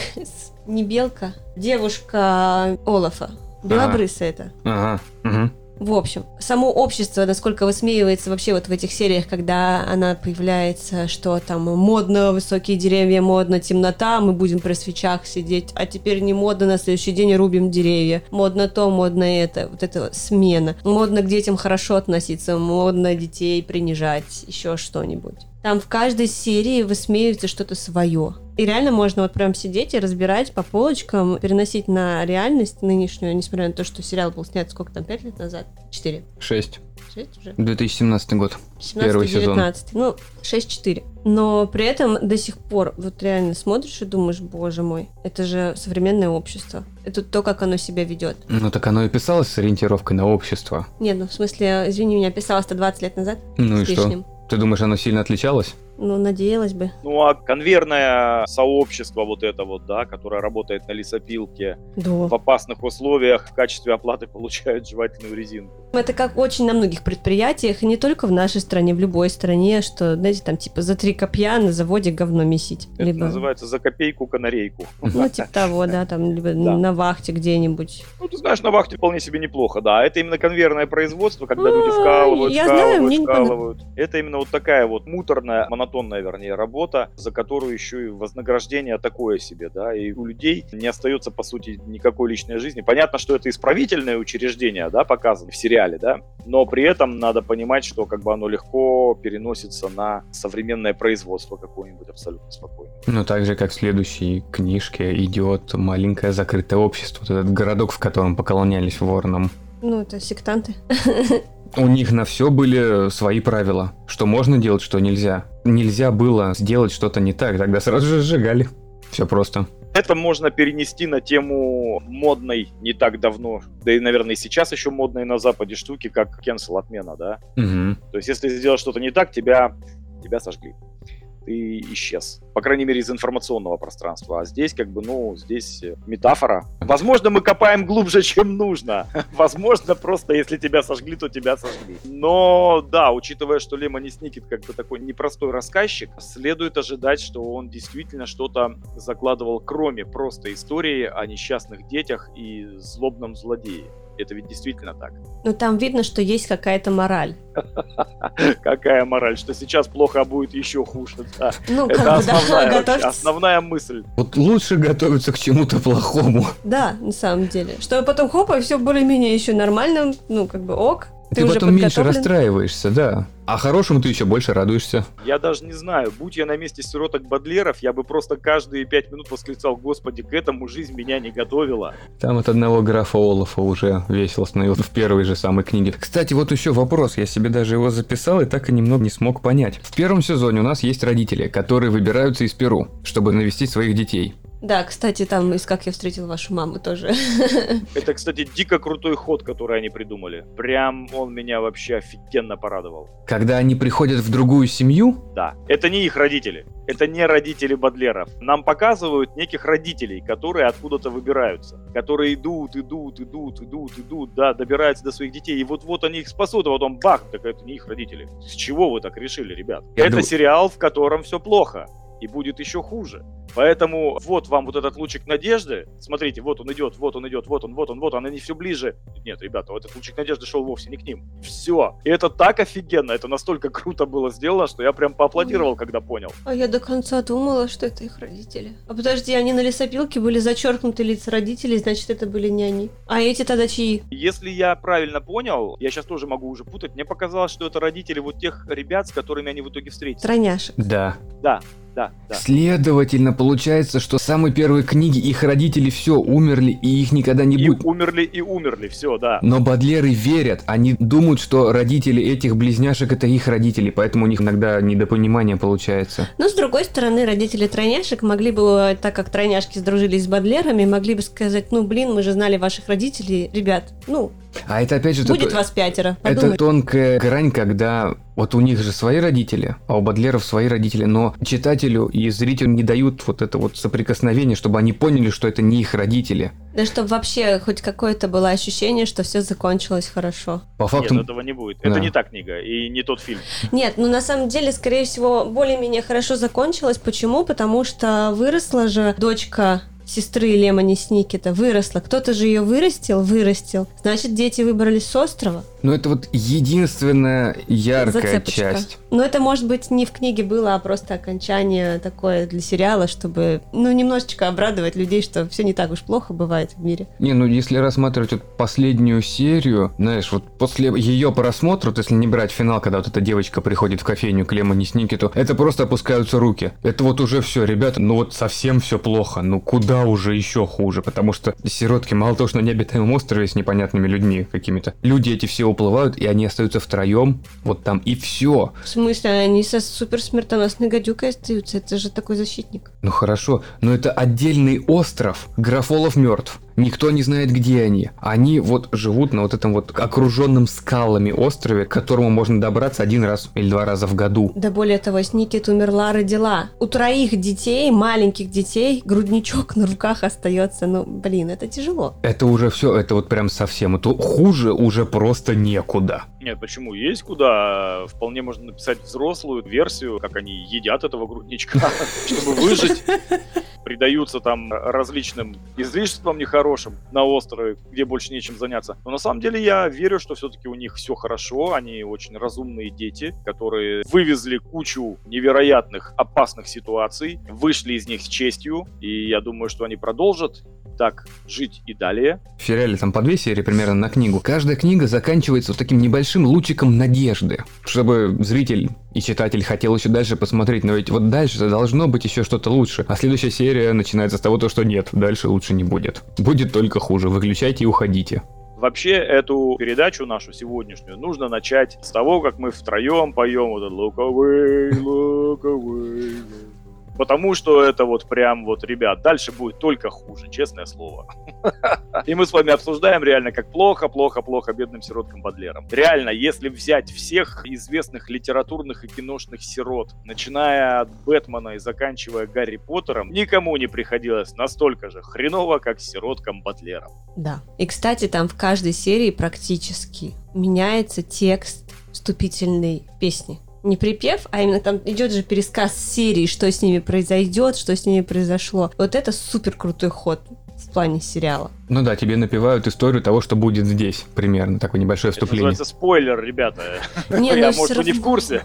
Не Белка. Девушка Олафа. Белобрысая это. Ага. Угу. В общем, само общество, насколько высмеивается вообще вот в этих сериях, когда она появляется, что там модно, высокие деревья, модно, темнота, мы будем при свечах сидеть, а теперь не модно, на следующий день рубим деревья. Модно то, модно это, вот это смена. Модно к детям хорошо относиться, модно детей принижать, еще что-нибудь. Там в каждой серии высмеивается что-то свое. И реально можно вот прям сидеть и разбирать по полочкам, переносить на реальность нынешнюю, несмотря на то, что сериал был снят сколько там, 5 лет назад? 4? 6. 6 уже? 2017 год. 17, 19. Ну, 6-4. Но при этом до сих пор вот реально смотришь и думаешь, боже мой, это же современное общество. Это то, как оно себя ведет. Ну так оно и писалось с ориентировкой на общество. Нет, ну в смысле, извини меня, писалось-то 20 лет назад. Ну и с что? лишним. Ты думаешь, оно сильно отличалось? Ну, надеялась бы. Ну, а конвейерное сообщество вот это вот, да, которое работает на лесопилке, Да. в опасных условиях в качестве оплаты получают жевательную резинку. Это как очень на многих предприятиях, и не только в нашей стране, в любой стране, что, знаете, там типа за 3 копья на заводе говно месить. Это называется за копейку канарейку. Ну, типа того, да, там, либо Да. на вахте где-нибудь. Ну, ты знаешь, на вахте вполне себе неплохо, да. Это именно конвейерное производство, когда люди А, вкалывают, я знаю, вкалывают, мне не вкалывают. Это именно вот такая вот муторная, монотонная, вернее, работа, за которую еще и вознаграждение такое себе, да. И у людей не остается, по сути, никакой личной жизни. Понятно, что это исправительное учреждение, да, показано в сериале, да. Но при этом надо понимать, что как бы оно легко переносится на современное производство какое-нибудь абсолютно спокойно. Ну так же, как в следующей книжке идет маленькое закрытое общество. Вот этот городок, в котором поклонялись воронам. Ну, это сектанты. У них на все были свои правила. Что можно делать, что нельзя. Нельзя было сделать что-то не так, тогда сразу же сжигали. Все просто. Это можно перенести на тему модной не так давно, да и, наверное, и сейчас еще модной на Западе штуки, как cancel, отмена, да? Угу. То есть, если сделал что-то не так, тебя сожгли. Ты исчез. По крайней мере, из информационного пространства. А здесь, как бы, ну, здесь метафора. Возможно, мы копаем глубже, чем нужно. Возможно, просто если тебя сожгли, то тебя сожгли. Но, да, учитывая, что Лемони Сникет как бы такой непростой рассказчик, следует ожидать, что он действительно что-то закладывал, кроме просто истории о несчастных детях и злобном злодее. Это ведь действительно так. Но там видно, что есть какая-то мораль. Какая мораль, что сейчас плохо, а будет еще хуже. Да. Ну, Это как бы, да, основная, вообще, готовьтесь. основная мысль. Вот лучше готовиться к чему-то плохому. Да, на самом деле. Чтобы потом хоп, и все более-менее еще нормально, ну, как бы ок. Ты уже потом меньше подготовлен. расстраиваешься, да. А хорошему ты еще больше радуешься. Я даже не знаю, будь я на месте сироток Бодлеров, я бы просто каждые 5 минут восклицал: Господи, к этому жизнь меня не готовила. Там от одного графа Олафа уже весело становилось в первой же самой книге. Кстати, вот еще вопрос, я себе даже его записал и так и немного не смог понять. В первом сезоне у нас есть родители, которые выбираются из Перу, чтобы навестить своих детей. Да, кстати, там из «Как я встретил вашу маму» тоже. Это, кстати, дико крутой ход, который они придумали. Прям он меня вообще офигенно порадовал. Когда они приходят в другую семью, Да, это не их родители. Это не родители Бодлеров. Нам показывают неких родителей, которые откуда-то выбираются. Которые идут, да, добираются до своих детей. И вот они их спасут, а потом бах, так это не их родители. С чего вы так решили, ребят? Я Это думаю- сериал, в котором все плохо. И будет еще хуже. Поэтому вот вам вот этот лучик надежды. Смотрите, вот он идет, вот он, они все ближе. Нет, ребята, вот этот лучик надежды шел вовсе не к ним. Все. И это так офигенно, это настолько круто было сделано, что я прям поаплодировал, когда понял. А я до конца думала, что это их родители. А подожди, они на лесопилке были зачеркнуты лица родителей, значит, это были не они. А эти тогда чьи? Если я правильно понял, я сейчас тоже могу уже путать, мне показалось, что это родители вот тех ребят, с которыми они в итоге встретились. Тройняшек. да. Да. Следовательно, получается, что в самой первой книге их родители все умерли, и их никогда не И будет. умерли, все, да. Но бодлеры верят, они думают, что родители этих близняшек это их родители, поэтому у них иногда недопонимание получается. Но, с другой стороны, родители тройняшек могли бы, так как тройняшки сдружились с бодлерами, могли бы сказать: ну, блин, мы же знали ваших родителей, ребят, ну, А это опять же будет такой- вас 5, это подумай. тонкая грань, когда вот у них же свои родители, а у бодлеров свои родители, но читателю и зрителю не дают вот это вот соприкосновение, чтобы они поняли, что это не их родители. Да, чтобы вообще хоть какое-то было ощущение, что все закончилось хорошо. По факту... Нет, этого не будет. Да. Это не та книга и не тот фильм. Нет, ну на самом деле, скорее всего, более-менее хорошо закончилось. Почему? Потому что выросла же дочка сестры Лемони Сникета выросла. Кто-то же ее вырастил. Значит, дети выбрались с острова. Ну, это вот единственная яркая Зацепочка. часть. Но это, может быть, не в книге было, а просто окончание такое для сериала, чтобы, немножечко обрадовать людей, что все не так уж плохо бывает в мире. Не, если рассматривать вот последнюю серию, знаешь, вот после ее просмотра, вот если не брать финал, когда вот эта девочка приходит в кофейню к Лемони Сникету, это просто опускаются руки. Это вот уже все, ребята, вот совсем все плохо, куда уже еще хуже, потому что сиротки мало того, что на необитаемом острове с непонятными людьми какими-то, люди эти все уплывают, и они остаются втроем, вот там и все. В смысле, они со супер смертоносной гадюкой остаются, это же такой защитник. Ну хорошо, но это отдельный остров, Графолов мертв. Никто не знает, где они. Они вот живут на вот этом вот окруженном скалами острове, к которому можно добраться 1 раз или 2 раза в году. Да более того, Сникет умерла, родила. У 3 детей, маленьких детей, грудничок на руках остается. Это тяжело. Это уже все, это вот прям совсем. Это хуже уже просто некуда. Нет, почему? Есть куда. Вполне можно написать взрослую версию, как они едят этого грудничка, чтобы выжить. Придаются там различным излишествам нехорошим на острове, где больше нечем заняться. Но на самом деле я верю, что все-таки у них все хорошо, они очень разумные дети, которые вывезли кучу невероятных опасных ситуаций, вышли из них с честью, и я думаю, что они продолжат так жить и далее. В сериале там по 2 серии примерно на книгу. Каждая книга заканчивается вот таким небольшим лучиком надежды, чтобы зритель и читатель хотел еще дальше посмотреть, но ведь вот дальше должно быть еще что-то лучше. А следующая серия начинается с того, что нет, дальше лучше не будет. Будет только хуже, выключайте и уходите. Вообще, эту передачу нашу сегодняшнюю нужно начать с того, как мы втроем поем вот этот «Look away, look away». Потому что это вот прям вот, ребят, дальше будет только хуже, честное слово. И мы с вами обсуждаем реально, как плохо бедным сироткам-бодлерам. Реально, если взять всех известных литературных и киношных сирот, начиная от Бэтмена и заканчивая Гарри Поттером, никому не приходилось настолько же хреново, как сироткам-бодлерам. Да. И, кстати, там в каждой серии практически меняется текст вступительной песни. Не припев, а именно там идет же пересказ серии, что с ними произойдет, что с ними произошло. Вот это супер крутой ход в плане сериала. Ну да, тебе напевают историю того, что будет здесь, примерно, такое небольшое вступление. Это называется спойлер, ребята. Не, Я, может, вы не в курсе.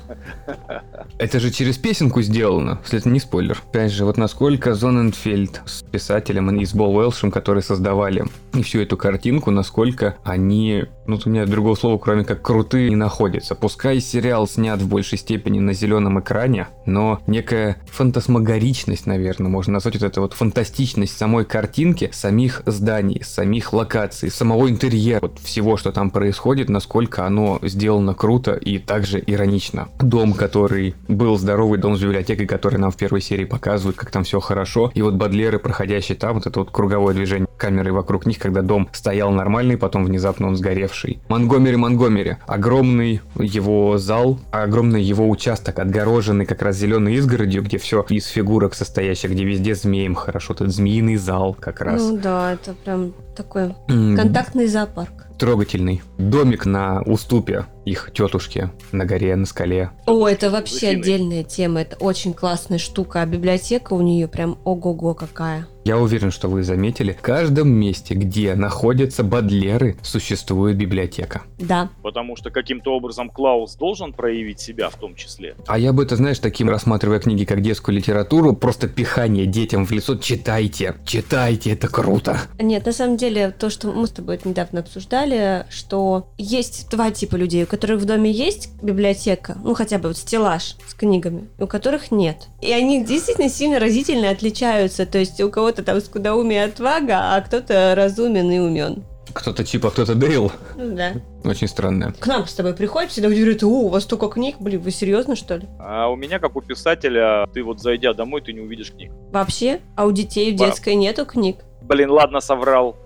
Это же через песенку сделано, это не спойлер. Опять же, вот насколько Зонненфельд с писателем и с Бол Уэлшем, которые создавали и всю эту картинку, насколько они, у меня другого слова, кроме как крутые, не находятся. Пускай сериал снят в большей степени на зеленом экране, но некая фантасмагоричность, наверное, можно назвать вот это вот фантастичность самой картинки, самих зданий, самих локаций, самого интерьера, вот всего, что там происходит, насколько оно сделано круто и также иронично. Дом, который был здоровый дом с библиотекой, который нам в первой серии показывают, как там все хорошо, и вот бодлеры, проходящие там, вот это вот круговое движение камеры вокруг них, когда дом стоял нормальный, потом внезапно он сгоревший. Монгомери, огромный его зал, огромный его участок, отгороженный как раз зеленой изгородью, где все из фигурок состоящих, где везде змеем хорошо, этот змеиный зал как раз. Ну да, это прям такой контактный зоопарк. Трогательный. Домик на уступе их тетушки на горе, на скале. О, это вообще отдельная тема, это очень классная штука, а библиотека у нее прям ого-го какая. Я уверен, что вы заметили, в каждом месте, где находятся бодлеры, существует библиотека. Да. Потому что каким-то образом Клаус должен проявить себя в том числе. А я бы это, знаешь, таким, рассматривая книги как детскую литературу, просто пихание детям в лицо: читайте, это круто. Нет, на самом деле, то, что мы с тобой недавно обсуждали, что есть 2 типа людей, у которых в доме есть библиотека, хотя бы вот стеллаж с книгами, у которых нет. И они действительно сильно разительно отличаются, то есть у кого-то там скудоумие и отвага, а кто-то разумен и умен. Кто-то Чип, а кто-то Дейл. Ну да. Очень странно. К нам с тобой приходят, всегда говорят: у вас столько книг, вы серьезно, что ли? А у меня, как у писателя, ты вот зайдя домой, ты не увидишь книг. Вообще? А у детей в детской нету книг? Блин, ладно, соврал.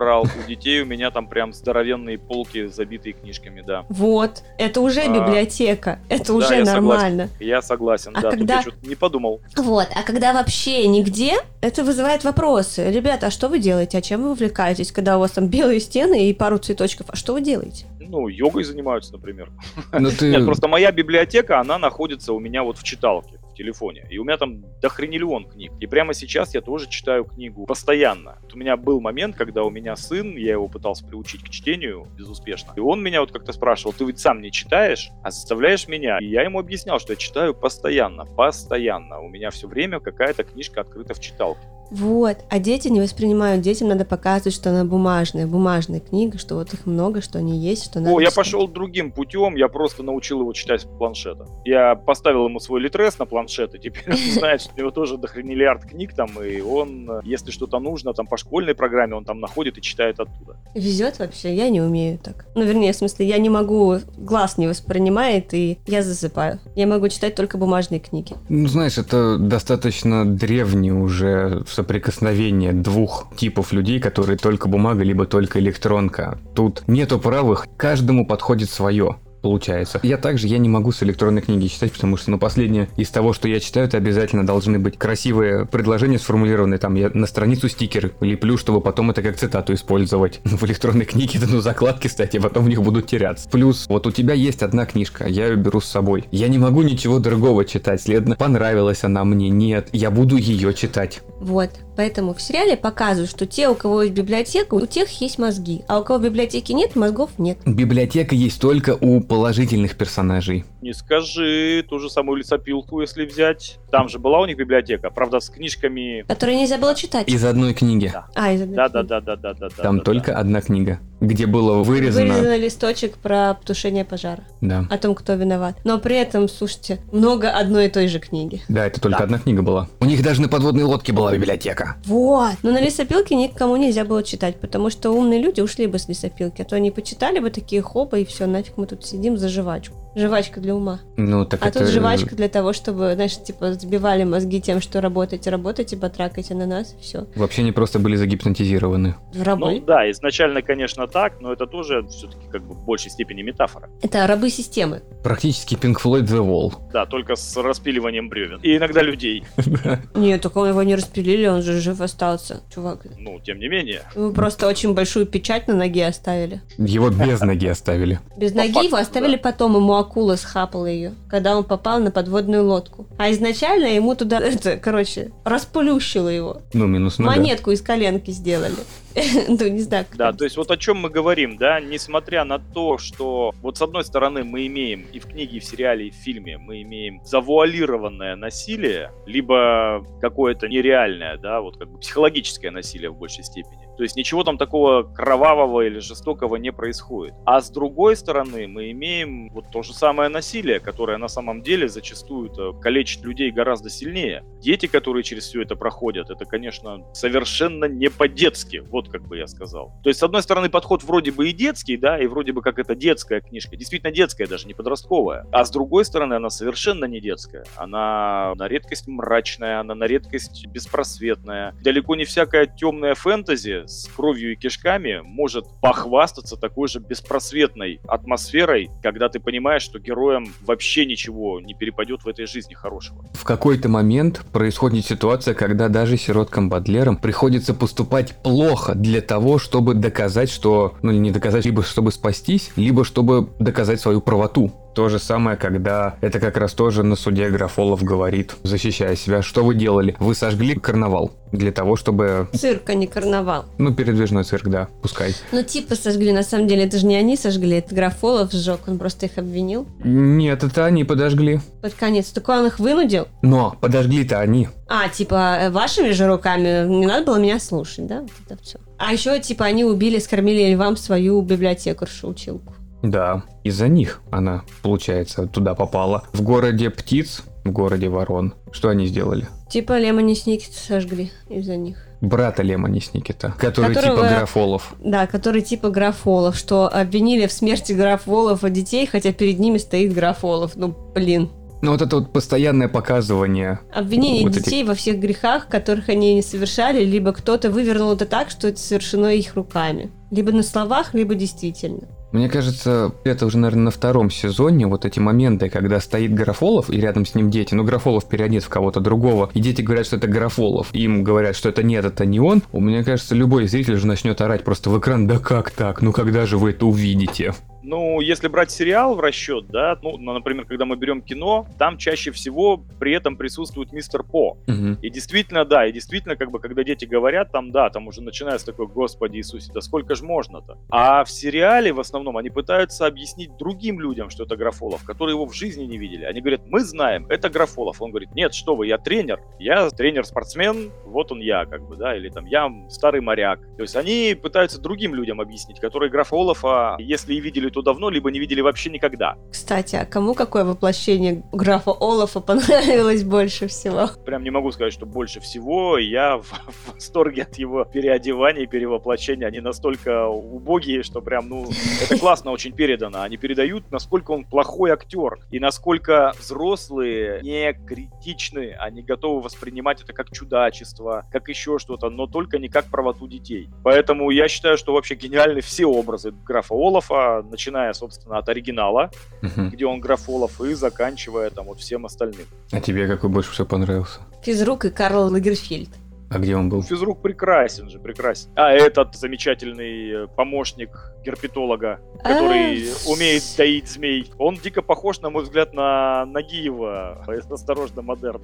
У детей у меня там прям здоровенные полки, забитые книжками, да. Вот, это уже библиотека, это уже я нормально. Я согласен, А да, когда... тут я что-то не подумал. Вот, а когда вообще нигде, это вызывает вопросы. Ребята, а что вы делаете? А чем вы увлекаетесь, когда у вас там белые стены и пару цветочков? А что вы делаете? Йогой занимаются, например. Нет, просто моя библиотека, она находится у меня вот в читалке. В телефоне. И у меня там дохрениллион книг. И прямо сейчас я тоже читаю книгу постоянно. Вот у меня был момент, когда у меня сын, я его пытался приучить к чтению безуспешно. И он меня вот как-то спрашивал: ты ведь сам не читаешь, а заставляешь меня? И я ему объяснял, что я читаю постоянно. У меня все время какая-то книжка открыта в читалке. Вот, а дети не воспринимают, детям надо показывать, что она бумажная книга, что вот их много, что они есть, что надо Я читать. пошел другим путем, я просто научил его читать с планшета. Я поставил ему свой литрес на планшет, и теперь он знает, что у него тоже дохрениллиард книг там, и он, если что-то нужно, там по школьной программе, он там находит и читает оттуда. Везет вообще, я не умею так. Ну, вернее, в смысле, я не могу, глаз не воспринимает, и я засыпаю. Я могу читать только бумажные книги. Ну, знаешь, это достаточно древнее уже соприкосновение двух типов людей, которые только бумага, либо только электронка. Тут нету правых, каждому подходит свое. Получается. Я не могу с электронной книги читать, потому что, последнее из того, что я читаю, это обязательно должны быть красивые предложения сформулированные. Там я на страницу стикер леплю, чтобы потом это как цитату использовать. В электронной книге это, закладки, кстати, потом в них будут теряться. Плюс, вот у тебя есть одна книжка, я ее беру с собой. Я не могу ничего другого читать, следовательно, понравилась она мне, нет, я буду ее читать. Вот, поэтому в сериале показывают, что те, у кого есть библиотека, у тех есть мозги, а у кого библиотеки нет, мозгов нет. Библиотека есть только у положительных персонажей. Не скажи, ту же самую лесопилку, если взять. Там же была у них библиотека, правда, с книжками... Которые нельзя было читать. Из одной книги. Да. Из одной книги. Да. Там только одна книга, где было вырезано... Вырезанный листочек про тушение пожара. Да. О том, кто виноват. Но при этом, слушайте, много одной и той же книги. Да, это только одна книга была. У них даже на подводной лодке была библиотека. Вот. Но на лесопилке никому нельзя было читать, потому что умные люди ушли бы с лесопилки, а то они почитали бы такие хоба, и все, нафиг мы тут сидим за жвачку. Жвачка для ума. Так а это... тут жвачка для того, чтобы, знаешь, забивали мозги тем, что работайте, потракайте на нас, и все. Вообще они просто были загипнотизированы. Рабы. Да, изначально, конечно, так, но это тоже все-таки в большей степени метафора. Это рабы системы. Практически Pink Floyd The Wall. Да, только с распиливанием бревен. И иногда людей. Нет, только его не распилили, он же жив остался, чувак. Тем не менее. Ему просто очень большую печать на ноге оставили. Его без ноги оставили. Без ноги его оставили потом, ему акула схапала ее, когда он попал на подводную лодку. А изначально ему туда, расплющило его. Минус нога. Монетку из коленки сделали. Не знаю. Да, то есть вот о чем мы говорим, да, несмотря на то, что вот с одной стороны мы имеем и в книге, и в сериале, и в фильме, мы имеем завуалированное насилие, либо какое-то нереальное, да, психологическое насилие в большей степени. То есть ничего там такого кровавого или жестокого не происходит. А с другой стороны мы имеем вот то же самое насилие, которое на самом деле зачастую калечит людей гораздо сильнее. Дети, которые через все это проходят, это, конечно, совершенно не по-детски, вот как бы я сказал. То есть, с одной стороны, подход вроде бы и детский, да, и вроде бы как это детская книжка, действительно детская, даже не подростковая. А с другой стороны, она совершенно не детская. Она на редкость мрачная, она на редкость беспросветная. Далеко не всякая темная фэнтези с кровью и кишками может похвастаться такой же беспросветной атмосферой, когда ты понимаешь, что героям вообще ничего не перепадет в этой жизни хорошего. В какой-то момент происходит ситуация, когда даже сироткам-бодлерам приходится поступать плохо для того, чтобы доказать, что... не доказать, либо чтобы спастись, либо чтобы доказать свою правоту. То же самое, когда это как раз тоже на суде Графолов говорит, защищая себя, что вы делали? Вы сожгли карнавал для того, чтобы... Цирк, а не карнавал. Передвижной цирк, да, пускай. Сожгли, на самом деле, это же не они сожгли, это Графолов сжег, он просто их обвинил. Нет, это они подожгли. Под конец, только он их вынудил? Но подожгли-то они. Вашими же руками, не надо было меня слушать, да? Вот это все. А еще, они убили, скормили львам свою библиотекаршу-училку. Да, из-за них она, получается, туда попала. В городе птиц, в городе ворон. Что они сделали? Лемони Сникет сожгли из-за них. Брата Лемони Сникета, который Графолов. Да, который Графолов, что обвинили в смерти Графолов детей, хотя перед ними стоит Графолов. Вот это вот постоянное показывание. Обвинение детей во всех грехах, которых они не совершали, либо кто-то вывернул это так, что это совершено их руками. Либо на словах, либо действительно. Мне кажется, это уже, наверное, на втором сезоне вот эти моменты, когда стоит Гарофолов и рядом с ним дети, ну, Гарофолов переодет в кого-то другого, и дети говорят, что это Гарофолов, им говорят, что это нет, это не он. Мне кажется, любой зритель уже начнет орать просто в экран: да как так, ну когда же вы это увидите? Ну, если брать сериал в расчет, да, ну, например, когда мы берем кино, там чаще всего при этом присутствует мистер По. Угу. И действительно, да, и действительно, как бы, когда дети говорят, там, да, там уже начинается такой: Господи Иисусе, да сколько ж можно-то? А в сериале, в основном, они пытаются объяснить другим людям, что это Гарофолов, которые его в жизни не видели. Они говорят: мы знаем, это Гарофолов. Он говорит: нет, что вы, я тренер-спортсмен, вот он я, как бы, да, или там, я старый моряк. То есть они пытаются другим людям объяснить, которые Гарофолова, если и видели то давно, либо не видели вообще никогда. Кстати, а кому какое воплощение графа Олафа понравилось больше всего? Прям не могу сказать, что больше всего. Я в восторге от его переодевания и перевоплощения. Они настолько убогие, что прям, ну, это классно очень передано. Они передают, насколько он плохой актер и насколько взрослые не критичны. Они готовы воспринимать это как чудачество, как еще что-то, но только не как правоту детей. Поэтому я считаю, что вообще гениальны все образы графа Олафа, начиная, собственно, от оригинала, где он Гарофолов, и заканчивая там вот всем остальным. А тебе какой больше всего понравился? Физрук и Карл Лагерфельд. А где он был? Физрук прекрасен же, прекрасен. А этот замечательный помощник герпетолога, который умеет доить змей, он дико похож, на мой взгляд, на Нагиева из «Осторожно, модерн».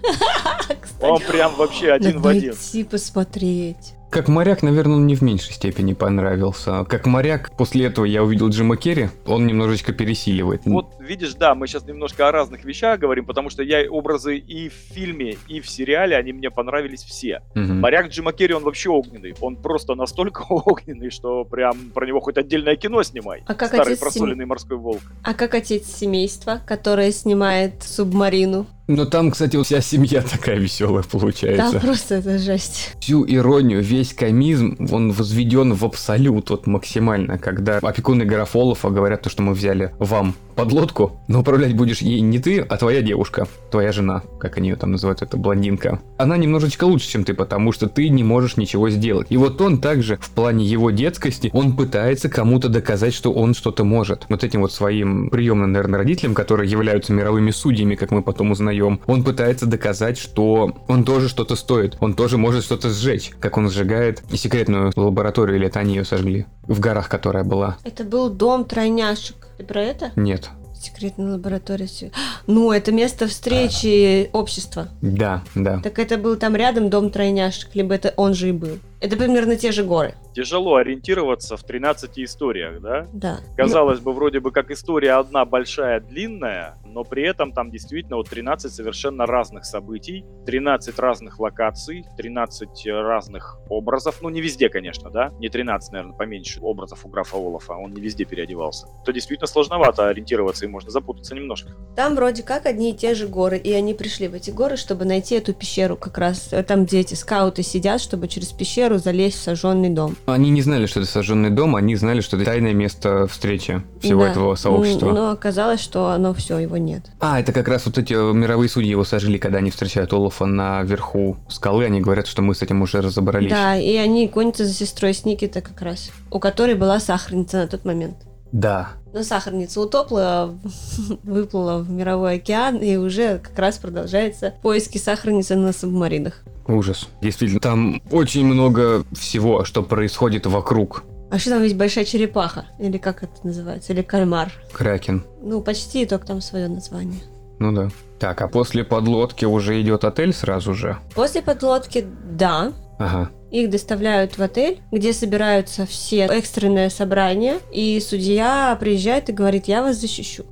Он прям вообще один в один. Надо идти посмотреть. Как моряк, наверное, он не в меньшей степени понравился. Как моряк, после этого я увидел Джима Керри, он немножечко пересиливает. Вот видишь, да, мы сейчас немножко о разных вещах говорим, потому что образы и в фильме, и в сериале, они мне понравились все. Моряк Джима Керри, он вообще огненный. Он просто настолько огненный, что прям про него хоть отдельное кино снимай. А как Старый просоленный морской волк. А как отец семейства, которое снимает «Субмарину»? Но там, кстати, вот вся семья такая веселая получается. Да, просто это жесть. Всю иронию, весь комизм, он возведен в абсолют вот максимально, когда опекуны Гарофолова говорят то, что мы взяли вам подлодку, но управлять будешь ей не ты, а твоя девушка, твоя жена, как они ее там называют, это блондинка. Она немножечко лучше, чем ты, потому что ты не можешь ничего сделать. И вот он также, в плане его детскости, он пытается кому-то доказать, что он что-то может. Вот этим вот своим приемным, наверное, родителям, которые являются мировыми судьями, как мы потом узнаем, он пытается доказать, что он тоже что-то стоит, он тоже может что-то сжечь, как он сжигает секретную лабораторию, или это они ее сожгли, в горах, которая была. Это был дом тройняшек. Ты про это? Нет. Секретная лаборатория. Ну, это место встречи общества. Да, да. Так это был там рядом дом тройняшек, либо это он же и был. Это примерно те же горы. Тяжело ориентироваться в 13 историях, да? Да. Казалось бы, вроде бы как история одна большая, длинная, но при этом там действительно вот 13 совершенно разных событий, 13 разных локаций, 13 разных образов. Ну, не везде, конечно, да? Не 13, наверное, поменьше образов у графа Олафа, он не везде переодевался. То действительно сложновато ориентироваться, и можно запутаться немножко. Там вроде как одни и те же горы, и они пришли в эти горы, чтобы найти эту пещеру как раз. Там, где эти скауты сидят, чтобы через пещеру залезть в сожженный дом. Они не знали, что это сожженный дом, они знали, что это тайное место встречи всего этого сообщества. Но оказалось, что оно все, его нет. А, это как раз вот эти мировые судьи его сожгли, когда они встречают Олафа наверху скалы, они говорят, что мы с этим уже разобрались. Да, и они гонятся за сестрой Сники-то как раз, у которой была сахарница на тот момент. Да. Но сахарница утопла, выплыла в мировой океан, и уже как раз продолжаются поиски сахарницы на субмаринах. Ужас. Действительно, там очень много всего, что происходит вокруг. А что там есть большая черепаха? Или как это называется? Или кальмар? Кракен. Ну, почти, только там свое название. Ну да. Так, а после подлодки уже идет отель сразу же? После подлодки, да. Ага. Их доставляют в отель, где собираются все экстренное собрание, и судья приезжает и говорит: я вас защищу.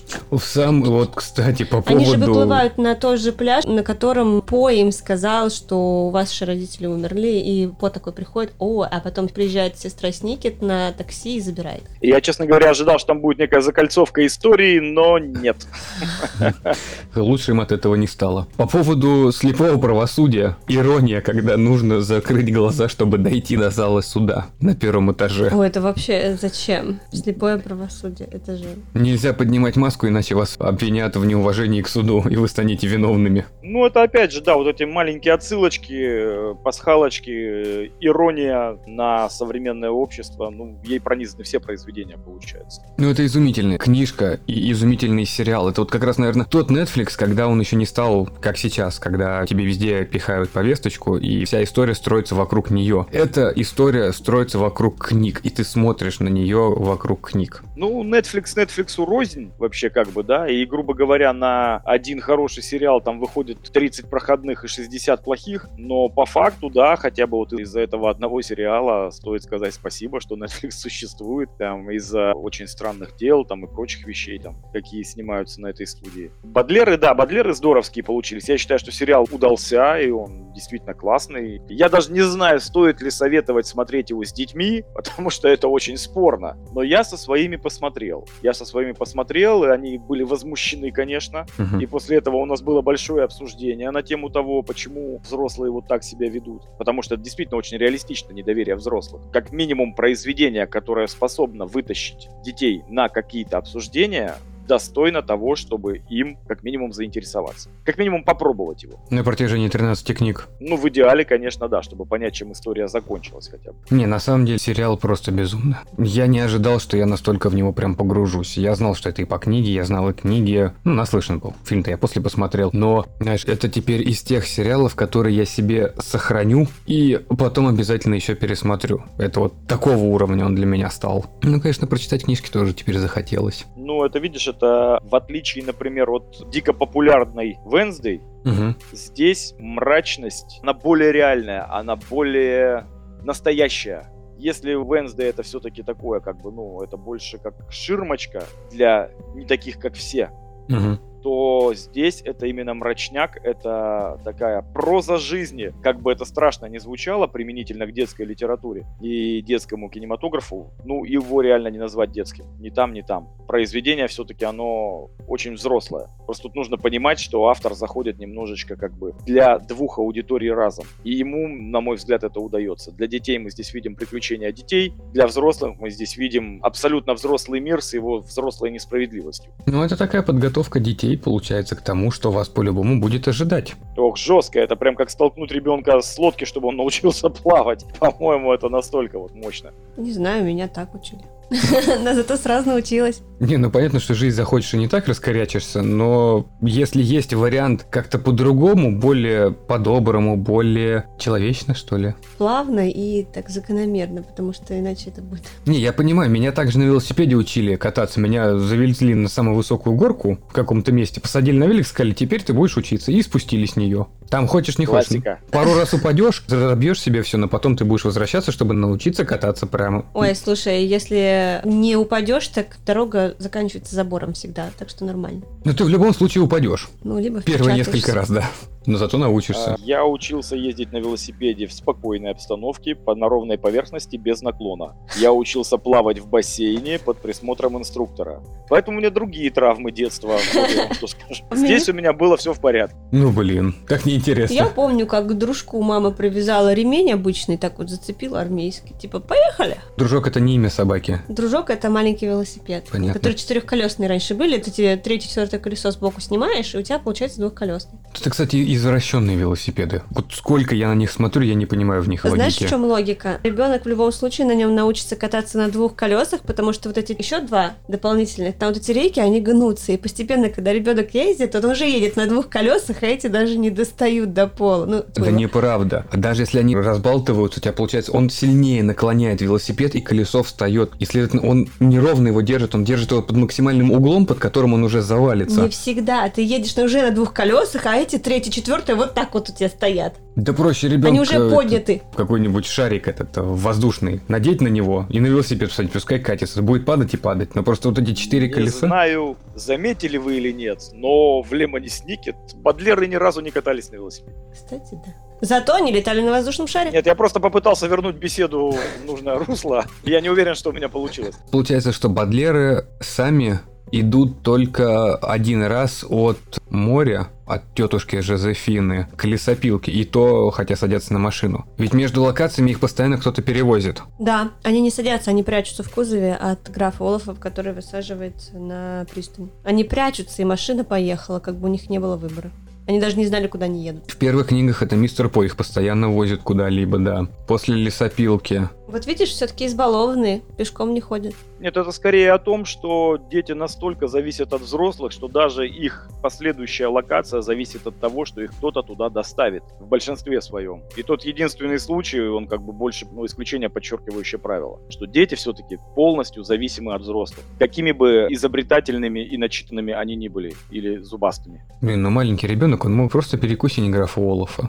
Вот, кстати, по поводу... Они же выплывают на тот же пляж, на котором По им сказал, что у ваши родители умерли, и По такой приходит: а потом приезжает сестра Сникет на такси и забирает. Я, честно говоря, ожидал, что там будет некая закольцовка истории, но нет. Лучше им от этого не стало. По поводу слепого правосудия, ирония, когда нужно закрыть глаза, чтобы дойти до зала суда на первом этаже. Ой, это вообще зачем? Слепое правосудие, это же... Нельзя поднимать маску, иначе вас обвинят в неуважении к суду, и вы станете виновными. Ну, это опять же, да, вот эти маленькие отсылочки, пасхалочки, ирония на современное общество, ну, ей пронизаны все произведения, получается. Ну, это изумительная книжка и изумительный сериал. Это вот как раз, наверное, тот Netflix, когда он еще не стал, как сейчас, когда тебе везде пихают повесточку, и вся история строится вокруг нее. Эта история строится вокруг книг, и ты смотришь на нее вокруг книг. Ну, Netflixу рознь вообще как бы, да, и, грубо говоря, на один хороший сериал там выходит 30 проходных и 60 плохих, но по факту, да, хотя бы вот из-за этого одного сериала стоит сказать спасибо, что Netflix существует, там, из-за очень странных дел, там, и прочих вещей, там, какие снимаются на этой студии. Бодлеры здоровские получились. Я считаю, что сериал удался, и он действительно классный. Я даже не знаю, стоит ли советовать смотреть его с детьми, потому что это очень спорно. Но я со своими посмотрел. И они были возмущены, конечно. И после этого у нас было большое обсуждение на тему того, почему взрослые вот так себя ведут. Потому что это действительно очень реалистично, недоверие взрослых. Как минимум произведение, которое способно вытащить детей на какие-то обсуждения, достойно того, чтобы им как минимум заинтересоваться. Как минимум попробовать его. На протяжении 13 книг. Ну, в идеале, конечно, да, чтобы понять, чем история закончилась хотя бы. Не, на самом деле сериал просто безумно. Я не ожидал, что я настолько в него прям погружусь. Я знал, что это и по книге, я знал и книги. Ну, наслышан был. Фильм-то я после посмотрел. Но, знаешь, это теперь из тех сериалов, которые я себе сохраню и потом обязательно еще пересмотрю. Это вот такого уровня он для меня стал. Ну, конечно, прочитать книжки тоже теперь захотелось. Ну, это, видишь, это в отличие, например, от дико популярной Wednesday, здесь мрачность, она более реальная, она более настоящая. Если Wednesday это все-таки такое, как бы, ну, это больше как ширмочка для не таких, как все, то здесь это именно мрачняк, это такая проза жизни. Как бы это страшно не звучало применительно к детской литературе и детскому кинематографу, ну, его реально не назвать детским. Ни там, ни там. Произведение все-таки оно очень взрослое. Просто тут нужно понимать, что автор заходит немножечко как бы для двух аудиторий разом. И ему, на мой взгляд, это удается. Для детей мы здесь видим приключения детей, для взрослых мы здесь видим абсолютно взрослый мир с его взрослой несправедливостью. Ну, это такая подготовка детей, получается, к тому, что вас по-любому будет ожидать. Ох, жестко. Это прям как столкнуть ребенка с лодки, чтобы он научился плавать. По-моему, это настолько вот мощно. Не знаю, меня так учили. Но зато сразу научилась. Не, ну понятно, что жизнь захочешь и не так раскорячишься, но если есть вариант как-то по-другому, более по-доброму, более человечно, что ли. Плавно и так закономерно, потому что иначе это будет... Не, я понимаю, меня также на велосипеде учили кататься. Меня завезли на самую высокую горку в каком-то месте, посадили на велик, сказали, теперь ты будешь учиться, и спустили с нее. Там хочешь, не хочешь. Классика. Пару раз упадешь, разобьешь себе все, но потом ты будешь возвращаться, чтобы научиться кататься прямо. Ой, слушай, если не упадешь, так дорога заканчивается забором всегда, так что нормально. Ну ты в любом случае упадешь. Ну, либо Первые несколько раз, да. Но зато научишься. Я учился ездить на велосипеде в спокойной обстановке, на ровной поверхности, без наклона. Я учился плавать в бассейне под присмотром инструктора. Поэтому у меня другие травмы детства. Здесь у меня было все в порядке. Ну, блин, как неинтересно. Я помню, как к дружку мама привязала ремень обычный, так вот зацепила армейский. Типа, поехали! Дружок — это не имя собаки. Дружок — это маленький велосипед. Понятно. Которые четырехколесные раньше были. Ты тебе третье-четвертое колесо сбоку снимаешь, и у тебя получается двухколесный. Это, кстати, извращенные велосипеды. Вот сколько я на них смотрю, я не понимаю в них логики. Знаешь, в чем логика? Ребенок в любом случае на нем научится кататься на двух колесах, потому что вот эти еще два дополнительных, там вот эти рейки, они гнутся. И постепенно, когда ребенок ездит, он уже едет на двух колесах, а эти даже не достают до пола. Ну, это неправда. Даже если они разбалтываются, у тебя получается, он сильнее наклоняет велосипед, и колесо встает. И, следовательно, он неровно его держит, он держит его под максимальным углом, под которым он уже завалится. Не всегда. Ты едешь уже на двух колесах, а эти третье, четвертое вот так вот у тебя стоят. Да проще ребенка... Они уже подняты. Какой-нибудь шарик этот воздушный, надеть на него и на велосипед посадить, пускай катится. Будет падать и падать. Но просто вот эти 4 колеса... Не знаю, заметили вы или нет, но в Лемони Сникет бодлеры ни разу не катались на велосипеде. Кстати, да. Зато они летали на воздушном шаре. Нет, я просто попытался вернуть беседу в нужное русло. Я не уверен, что у меня получилось. Получается, что бодлеры сами идут только один раз от моря от тетушки Жозефины к лесопилке, и то, хотя садятся на машину. Ведь между локациями их постоянно кто-то перевозит. Да, они не садятся, они прячутся в кузове от графа Олафа, который высаживается на пристань. Они прячутся, и машина поехала, как бы у них не было выбора. Они даже не знали, куда они едут. В первых книгах это мистер По их постоянно возит куда-либо, да. После лесопилки. Вот видишь, все-таки избалованные, пешком не ходят. Нет, это скорее о том, что дети настолько зависят от взрослых, что даже их последующая локация зависит от того, что их кто-то туда доставит, в большинстве своем. И тот единственный случай, он как бы больше, исключение, подчеркивающее правило, что дети все-таки полностью зависимы от взрослых, какими бы изобретательными и начитанными они ни были, или зубастыми. Блин, маленький ребенок, он мог просто перекусить графа Олафа.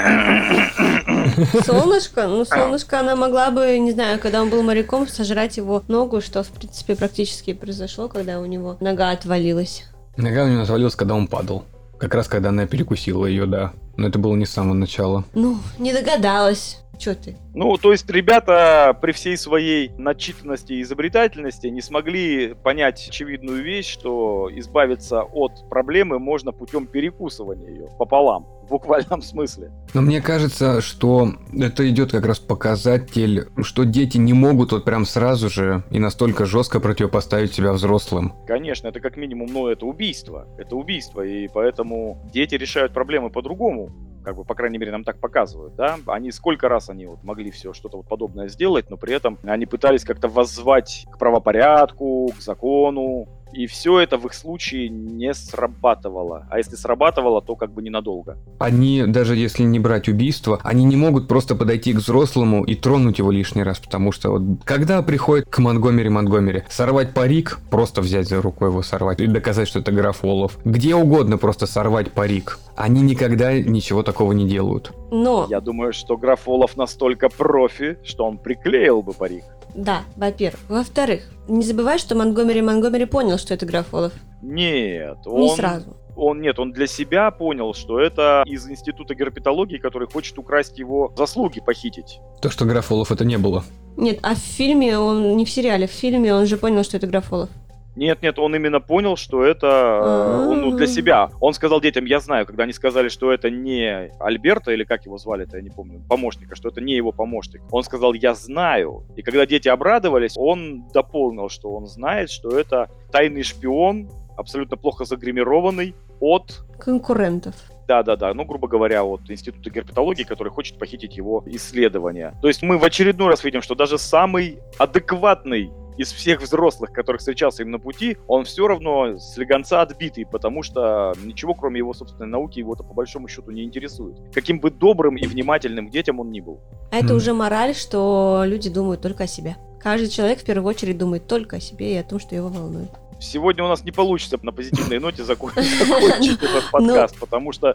Солнышко, она могла бы, не знаю, когда он был моряком, сожрать его ногу, что, в принципе, практически произошло, когда у него нога отвалилась. Нога у него отвалилась, когда он падал. Как раз, когда она перекусила ее, да. Но это было не с самого начала. Не догадалась. Чё ты? То есть ребята при всей своей начитанности и изобретательности не смогли понять очевидную вещь, что избавиться от проблемы можно путем перекусывания ее пополам, в буквальном смысле. Но мне кажется, что это идет как раз показатель, что дети не могут вот прям сразу же и настолько жестко противопоставить себя взрослым. Конечно, это как минимум, это убийство. Это убийство, и поэтому дети решают проблемы по-другому. По крайней мере, нам так показывают, да? Сколько раз они могли все что-то подобное сделать, но при этом они пытались как-то воззвать к правопорядку, к закону, и все это в их случае не срабатывало. А если срабатывало, то ненадолго. Они, даже если не брать убийство, они не могут просто подойти к взрослому и тронуть его лишний раз, потому что когда приходит к Монтгомери, сорвать парик, просто взять за руку его сорвать и доказать, что это граф Олаф, где угодно просто сорвать парик, они никогда ничего такого не делают. Но... Я думаю, что граф Олаф настолько профи, что он приклеил бы парик. Да, во-первых. Во-вторых, не забывай, что Монтгомери понял, что это граф Олаф. Нет, Не сразу. Он для себя понял, что это из института герпетологии, который хочет украсть его заслуги, похитить. То, что граф Олаф, это не было. Нет, а в фильме он, не в сериале, в фильме он же понял, что это граф Олаф. Нет, он именно понял, что это он для себя. Он сказал детям, я знаю, когда они сказали, что это не Альберта, или как его звали-то, я не помню, помощника, что это не его помощник. Он сказал, я знаю. И когда дети обрадовались, он дополнил, что он знает, что это тайный шпион, абсолютно плохо загримированный от... конкурентов. Да, грубо говоря, от института герпетологии, который хочет похитить его исследования. То есть мы в очередной раз видим, что даже самый адекватный из всех взрослых, которых встречался им на пути, он все равно слегонца отбитый, потому что ничего, кроме его собственной науки, его-то по большому счету не интересует. Каким бы добрым и внимательным к детям он ни был. А это уже мораль, что люди думают только о себе. Каждый человек в первую очередь думает только о себе и о том, что его волнует. Сегодня у нас не получится на позитивной ноте закончить этот подкаст, потому что,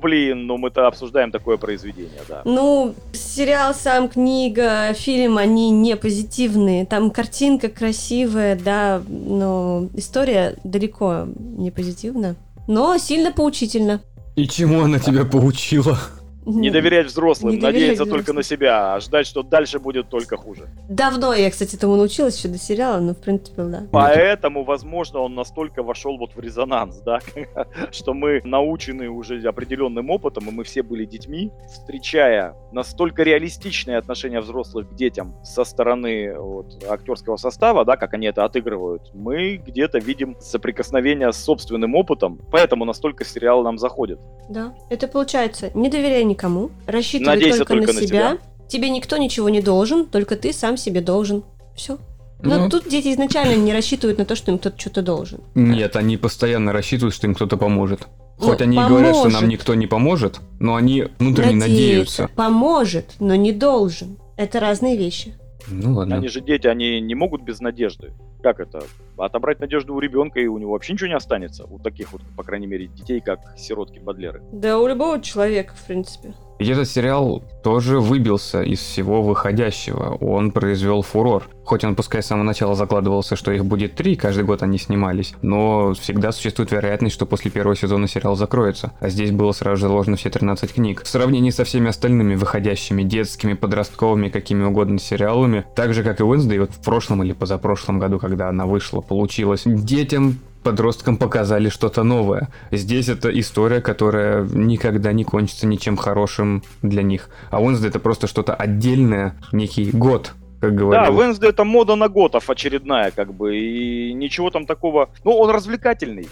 мы-то обсуждаем такое произведение, да. Сериал сам, книга, фильм, они не позитивные. Там картинка красивая, да, но история далеко не позитивна, но сильно поучительна. И чему она тебя поучила? Не доверять взрослым, надеяться только на себя, а ждать, что дальше будет только хуже. Давно я, кстати, этому научилась еще до сериала, но в принципе, да. Поэтому, возможно, он настолько вошел в резонанс, да, что мы научены уже определенным опытом, и мы все были детьми, встречая настолько реалистичные отношения взрослых к детям со стороны актерского состава, да, как они это отыгрывают, мы где-то видим соприкосновение с собственным опытом, поэтому настолько сериал нам заходит. Да, это получается, не доверяй никому, рассчитывай Надейся только на себя. Тебе никто ничего не должен, только ты сам себе должен. Все. Но тут дети изначально не рассчитывают на то, что им кто-то что-то должен. Нет, они постоянно рассчитывают, что им кто-то поможет. Хоть они и говорят, что нам никто не поможет, но они внутренне надеются. Поможет, но не должен. Это разные вещи. Ладно. Они же дети, они не могут без надежды. Как это? Отобрать надежду у ребенка, и у него вообще ничего не останется. У таких по крайней мере, детей, как сиротки-бодлеры. Да, у любого человека, в принципе. И этот сериал тоже выбился из всего выходящего. Он произвел фурор. Хоть он, пускай с самого начала закладывался, что их будет 3, каждый год они снимались, но всегда существует вероятность, что после первого сезона сериал закроется. А здесь было сразу же заложено все 13 книг. В сравнении со всеми остальными выходящими детскими, подростковыми, какими угодно сериалами, так же, как и Уэнсдей, в прошлом или позапрошлом году, когда она вышла, получилось детям подросткам показали что-то новое. Здесь это история, которая никогда не кончится ничем хорошим для них. А Wednesday это просто что-то отдельное, некий год, как говорил. Да, Wednesday это мода на готов очередная, как бы, и ничего там такого... Ну, он развлекательный,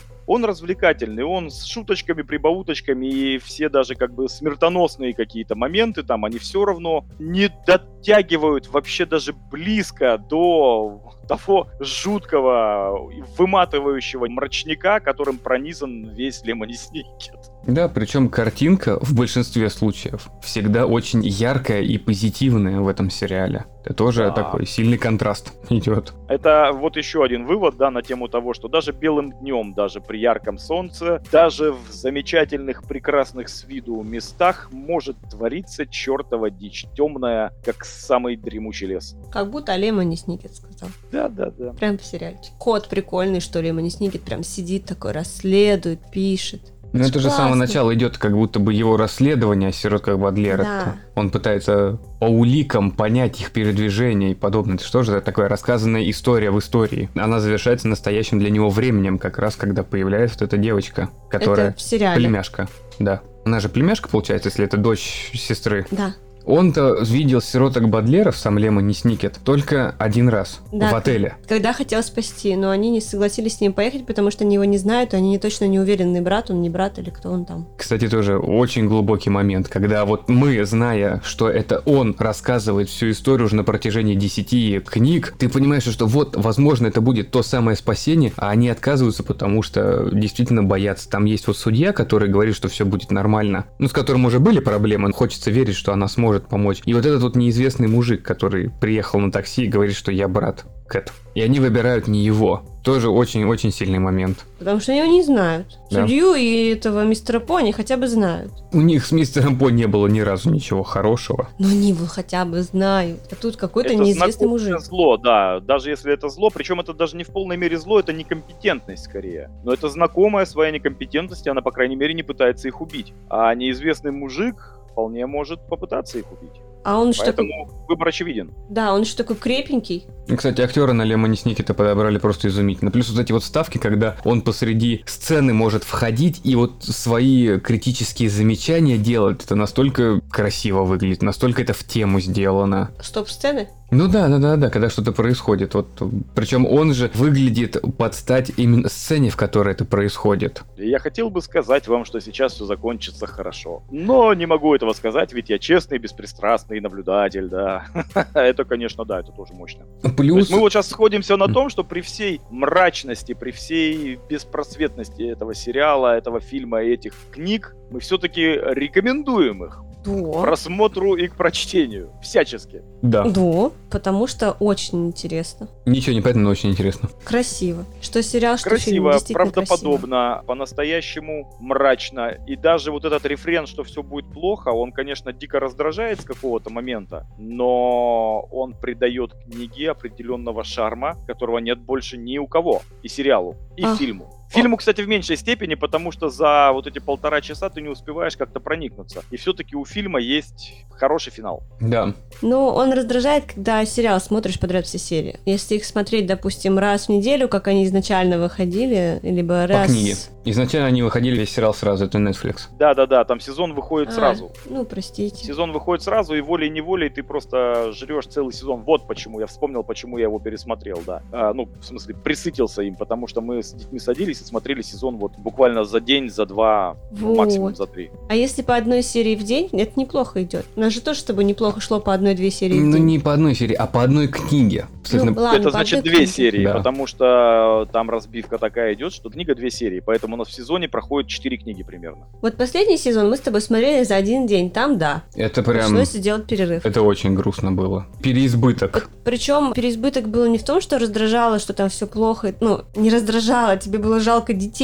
он с шуточками, прибауточками, и все даже как бы смертоносные какие-то моменты там, они все равно не дотягивают вообще даже близко до того жуткого, выматывающего мрачняка, которым пронизан весь Лемони Сникет. Да, причем картинка в большинстве случаев всегда очень яркая и позитивная в этом сериале. Это тоже такой сильный контраст идет. Это вот еще один вывод, да, на тему того, что даже белым днем, даже при ярком солнце, даже в замечательных, прекрасных с виду местах может твориться чертова дичь, темная, как самый дремучий лес. Как будто Лемони Сникет сказал. Да. Прям в сериальчик. Кот прикольный, что Лемони Сникет прям сидит такой, расследует, пишет. Но это же с самого классно. начала идет как будто бы его расследование сиротка Бадлера. Да. Он пытается по уликам понять их передвижение и подобное. Это что же это такая рассказанная история в истории? Она завершается настоящим для него временем, как раз когда появляется вот эта девочка, которая Это в сериале. племяшка. Да. Она же племяшка, получается, если это дочь сестры. Да. Он-то видел сироток Бадлеров, сам Лемони Сникет, только один раз Да, в отеле. Когда хотел спасти, но они не согласились с ним поехать, потому что они его не знают, и они точно не уверены, брат он, не брат или кто он там. Кстати, тоже очень глубокий момент, когда вот мы, зная, что это он рассказывает всю историю уже на протяжении 10 книг, ты понимаешь, что вот, возможно, это будет то самое спасение, а они отказываются, потому что действительно боятся. Там есть вот судья, который говорит, что все будет нормально, ну, с которым уже были проблемы, хочется верить, что она сможет помочь. И вот этот вот неизвестный мужик, который приехал на такси и говорит, что я брат Кэт. И они выбирают не его. Тоже очень-очень сильный момент. Потому что его не знают. Да. Судью и этого мистера Пони хотя бы знают. У них с мистером По не было ни разу ничего хорошего. Но они его хотя бы знают. А тут какой-то Это неизвестный знакомое мужик. зло, да, даже если это зло, причем это даже не в полной мере зло, это некомпетентность скорее. Но это знакомая своей некомпетентности, она, по крайней мере, не пытается их убить. А неизвестный мужик вполне может попытаться их убить. А он что такой... Поэтому выбор очевиден. Да, он же такой крепенький. И, кстати, актера на Лемони Сникета подобрали просто изумительно. Плюс вот эти вот вставки, когда он посреди сцены может входить и вот свои критические замечания делать. Это настолько красиво выглядит, настолько это в тему сделано. Стоп-сцены? Ну да, когда что-то происходит. Вот, причем он же выглядит под стать именно сцене, в которой это происходит. И я хотел бы сказать вам, что сейчас все закончится хорошо. Но не могу этого сказать, ведь я честный, беспристрастный наблюдатель, да. Это, конечно, да, это тоже мощно. То Плюс... есть мы вот сейчас сходимся на том, что при всей мрачности, при всей беспросветности этого сериала, этого фильма и этих книг, мы все-таки рекомендуем их к Да. просмотру и к прочтению. Всячески. Да. Да, потому что очень интересно. Ничего не понятно, но очень интересно. Красиво. Что сериал, что фильм. Красиво, Действительно правдоподобно, по-настоящему мрачно. И даже вот этот рефрен, что все будет плохо, он, конечно, дико раздражает с какого-то момента, но он придает книге определенного шарма, которого нет больше ни у кого. И сериалу, и фильму. Фильму, кстати, в меньшей степени, потому что за вот эти 1,5 часа ты не успеваешь как-то проникнуться. И все-таки у фильма есть хороший финал. Да. Но он раздражает, когда сериал смотришь подряд все серии. Если их смотреть, допустим, раз в неделю, как они изначально выходили, либо раз... По книге. Изначально они выходили весь сериал сразу, это Netflix. Да, там сезон выходит сразу. Ну, простите. Сезон выходит сразу, и волей-неволей ты просто жрешь целый сезон. Вот почему я вспомнил, почему я его пересмотрел, да. Ну, в смысле, присытился им, потому что мы с детьми садились и смотрели сезон вот буквально за день, за два, Вот. максимум за 3. А если по одной серии в день, это неплохо идет. У нас же тоже с тобой неплохо шло по 1-2 серии в Ну, день. не по одной серии, а по одной книге. Следовательно, ладно, Это по значит одной 2 книге. серии, Да. потому что там разбивка такая идет, что книга 2 серии, поэтому у нас в сезоне проходит 4 книги примерно. Вот последний сезон мы с тобой смотрели за один день. Там, да. это прям... Пришлось сделать перерыв. Это очень грустно было. Переизбыток. Причем переизбыток был не в том, что раздражало, что там все плохо. Ну, не раздражало, тебе было жалко детей.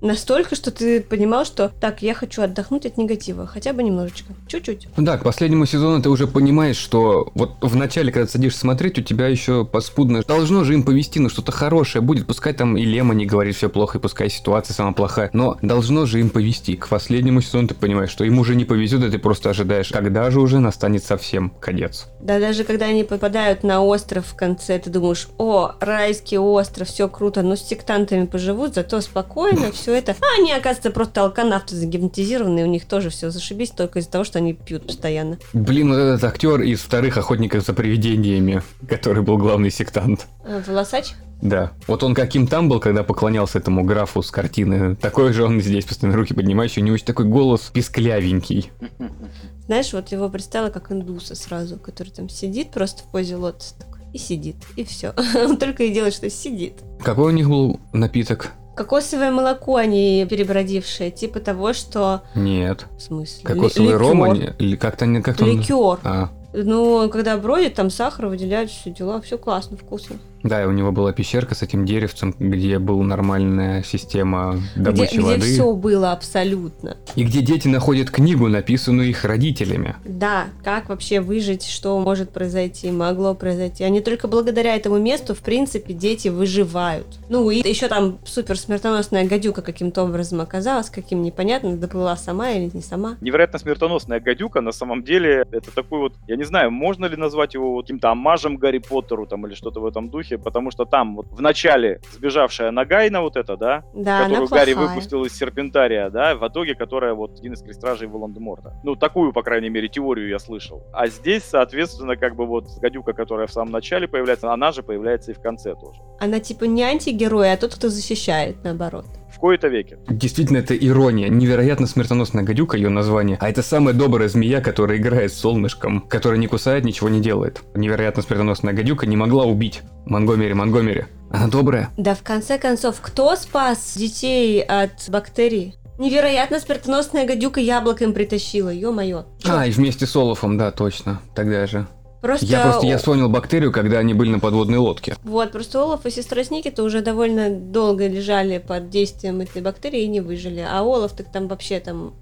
Настолько, что ты понимал, что так, я хочу отдохнуть от негатива, хотя бы немножечко, чуть-чуть. Да, к последнему сезону ты уже понимаешь, что вот в начале, когда ты садишься смотреть, у тебя еще подспудно должно же им повести, ну что-то хорошее будет, пускай там и Лема не говорит все плохо, и пускай ситуация самая плохая, но должно же им повести. К последнему сезону ты понимаешь, что им уже не повезет, и ты просто ожидаешь, когда же уже настанет совсем конец. Да, даже когда они попадают на остров в конце, ты думаешь, о, райский остров, все круто, но с сектантами поживут, зато спокойно, все это. А они, оказывается, просто алканавты загипнотизированные, у них тоже все зашибись, только из-за того, что они пьют постоянно. Блин, вот этот актер из вторых «Охотников за привидениями», который был главный сектант. Волосач? Да. Вот он каким там был, когда поклонялся этому графу с картины. Такой же он здесь, постоянно руки поднимающий. У него еще такой голос писклявенький. Знаешь, вот его представила как индуса сразу, который там сидит просто в позе лотоса такой, и сидит, и все. Он только и делает, что сидит. Какой у них был напиток? Кокосовое молоко они перебродившие, типа того, что... Нет. В смысле? Кокосовый ром они? Или как-то... Ликер. А. Ну, когда бродит, там сахар выделяют, все дела, все классно, вкусно. Да, и у него была пещерка с этим деревцем, где была нормальная система добычи воды. Где все было абсолютно. И где дети находят книгу, написанную их родителями. Да, как вообще выжить, что может произойти, могло произойти. Они только благодаря этому месту, в принципе, дети выживают. Ну, и еще там супер смертоносная гадюка каким-то образом оказалась, каким непонятно, доплыла сама или не сама. Невероятно смертоносная гадюка, на самом деле, это такой вот, я не знаю, можно ли назвать его вот каким-то оммажем Гарри Поттеру там или что-то в этом духе, потому что там вот в начале сбежавшая Нагайна вот эта, да, которую Гарри выпустил из серпентария, да, в итоге которая вот один из крестражей Волан-де-Морта. Ну, такую, по крайней мере, теорию я слышал. А здесь, соответственно, как бы вот гадюка, которая в самом начале появляется, она же появляется и в конце тоже. Она типа не антигерой, а тот, кто защищает, наоборот. В кои-то веке. Действительно, это ирония. Невероятно смертоносная гадюка, ее название. А это самая добрая змея, которая играет с солнышком, которая не кусает, ничего не делает. Невероятно смертоносная гадюка не могла убить Монгомери. Она добрая. Да в конце концов, кто спас детей от бактерий? Невероятно смертоносная гадюка яблоко им притащила, ё-моё. И вместе с Олафом, да, точно. Тогда же. Просто... Я вспомнил бактерию, когда они были на подводной лодке. Вот, просто Олаф и сестра Сникета уже довольно долго лежали под действием этой бактерии и не выжили. А Олаф так там вообще там,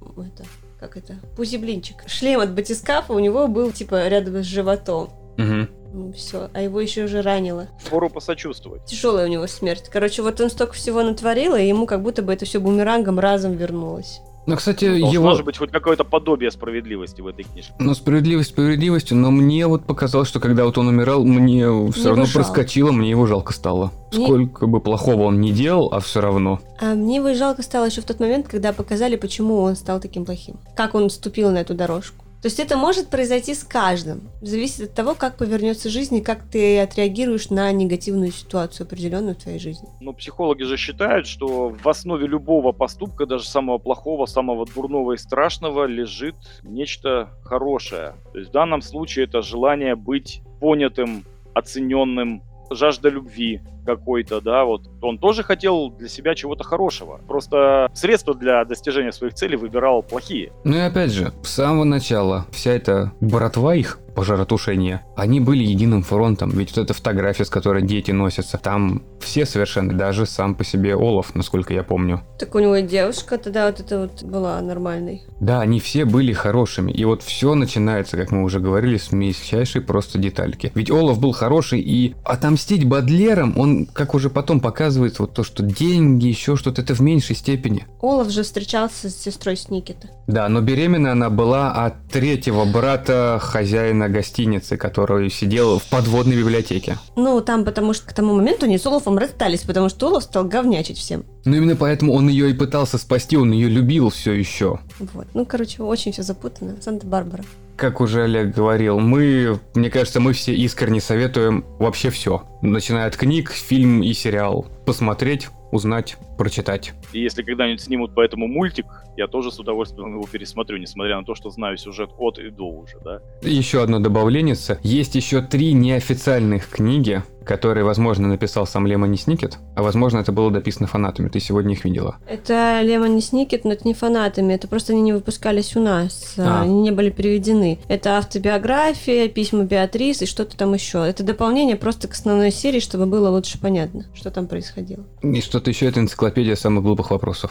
пузиблинчик. Шлем от батискафа у него был типа рядом с животом. Угу. Все, а его еще уже ранило. Пору посочувствовать. Тяжелая у него смерть. Короче, вот он столько всего натворил, и ему как будто бы это все бумерангом разом вернулось. Ну, кстати, должно же быть хоть какое-то подобие справедливости в этой книжке. Ну, справедливость справедливостью, но мне вот показалось, что когда вот он умирал, мне все равно проскочило, мне его жалко стало. Сколько бы плохого он не делал, а все равно. А мне его жалко стало еще в тот момент, когда показали, почему он стал таким плохим. Как он вступил на эту дорожку. То есть это может произойти с каждым. Зависит от того, как повернется жизнь и как ты отреагируешь на негативную ситуацию определенную в твоей жизни. Ну, психологи же считают, что в основе любого поступка, даже самого плохого, самого дурного и страшного, лежит нечто хорошее. То есть в данном случае это желание быть понятым, оцененным, жажда любви какой-то, да, вот. Он тоже хотел для себя чего-то хорошего. Просто средства для достижения своих целей выбирал плохие. Ну и опять же, с самого начала вся эта братва их, пожаротушения, они были единым фронтом. Ведь вот эта фотография, с которой дети носятся, там все совершенно, даже сам по себе Олаф, насколько я помню. Так у него и девушка тогда вот эта вот была нормальной. Да, они все были хорошими. И вот все начинается, как мы уже говорили, с мельчайшей просто детальки. Ведь Олаф был хороший, и отомстить Бодлерам, он, как уже потом показывается, вот то, что деньги, еще что-то, это в меньшей степени. Олаф же встречался с сестрой Сникета. Да, но беременна она была от третьего брата хозяина гостиницы, который сидел в подводной библиотеке. Ну, там, потому что к тому моменту они с Олафом расстались, потому что Олаф стал говнячить всем. Ну, именно поэтому он ее и пытался спасти, он ее любил все еще. Вот, ну, короче, очень все запутано. Санта-Барбара. Как уже Олег говорил, мне кажется, мы все искренне советуем вообще все. Начиная от книг, фильм и сериал. Посмотреть, узнать, прочитать. И если когда-нибудь снимут по этому мультик, я тоже с удовольствием его пересмотрю, несмотря на то, что знаю сюжет от и до уже, да. Еще одно добавление. Есть еще 3 неофициальных книги, которые, возможно, написал сам Лемони Сникет, а возможно, это было дописано фанатами. Ты сегодня их видела. Это Лемони Сникет, но это не фанатами, это просто они не выпускались у нас, они не были переведены. Это автобиография, письма Беатрис и что-то там еще. Это дополнение просто к основной серии, чтобы было лучше понятно, что там происходило. И что-то еще, это энциклопедия самых глупых вопросов.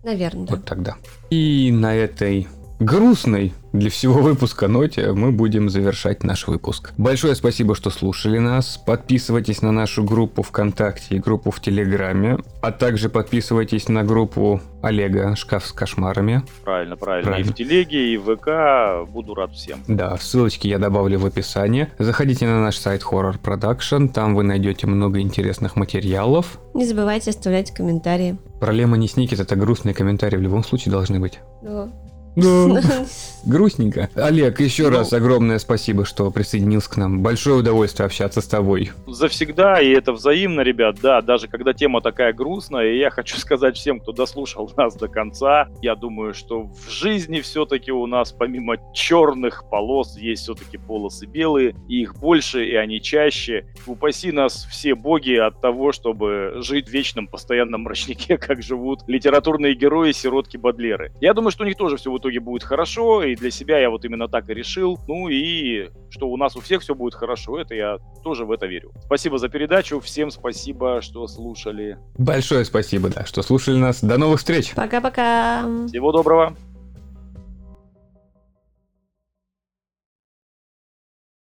Наверное, да. Вот тогда. И на этой грустной для всего выпуска ноте мы будем завершать наш выпуск. Большое спасибо, что слушали нас. Подписывайтесь на нашу группу ВКонтакте и группу в Телеграме, а также подписывайтесь на группу Олега «Шкаф с кошмарами». Правильно. И в Телеге, и в ВК. Буду рад всем. Да, ссылочки я добавлю в описании. Заходите на наш сайт Horror Production, там вы найдете много интересных материалов. Не забывайте оставлять комментарии. Про Лемони Сникет это грустные комментарии в любом случае должны быть. Да. Грустненько. Олег, еще раз огромное спасибо, что присоединился к нам. Большое удовольствие общаться с тобой. Завсегда, и это взаимно, ребят, да, даже когда тема такая грустная, и я хочу сказать всем, кто дослушал нас до конца, я думаю, что в жизни все-таки у нас помимо черных полос есть все-таки полосы белые, и их больше, и они чаще. Упаси нас все боги от того, чтобы жить в вечном постоянном мрачнике, как живут литературные герои, сиротки Бодлеры. Я думаю, что у них тоже все в итоге будет хорошо, и для себя я вот именно так и решил. Ну и что у нас у всех все будет хорошо, это я тоже в это верю. Спасибо за передачу, всем спасибо, что слушали. Большое спасибо, да, что слушали нас. До новых встреч! Пока-пока. Всего доброго.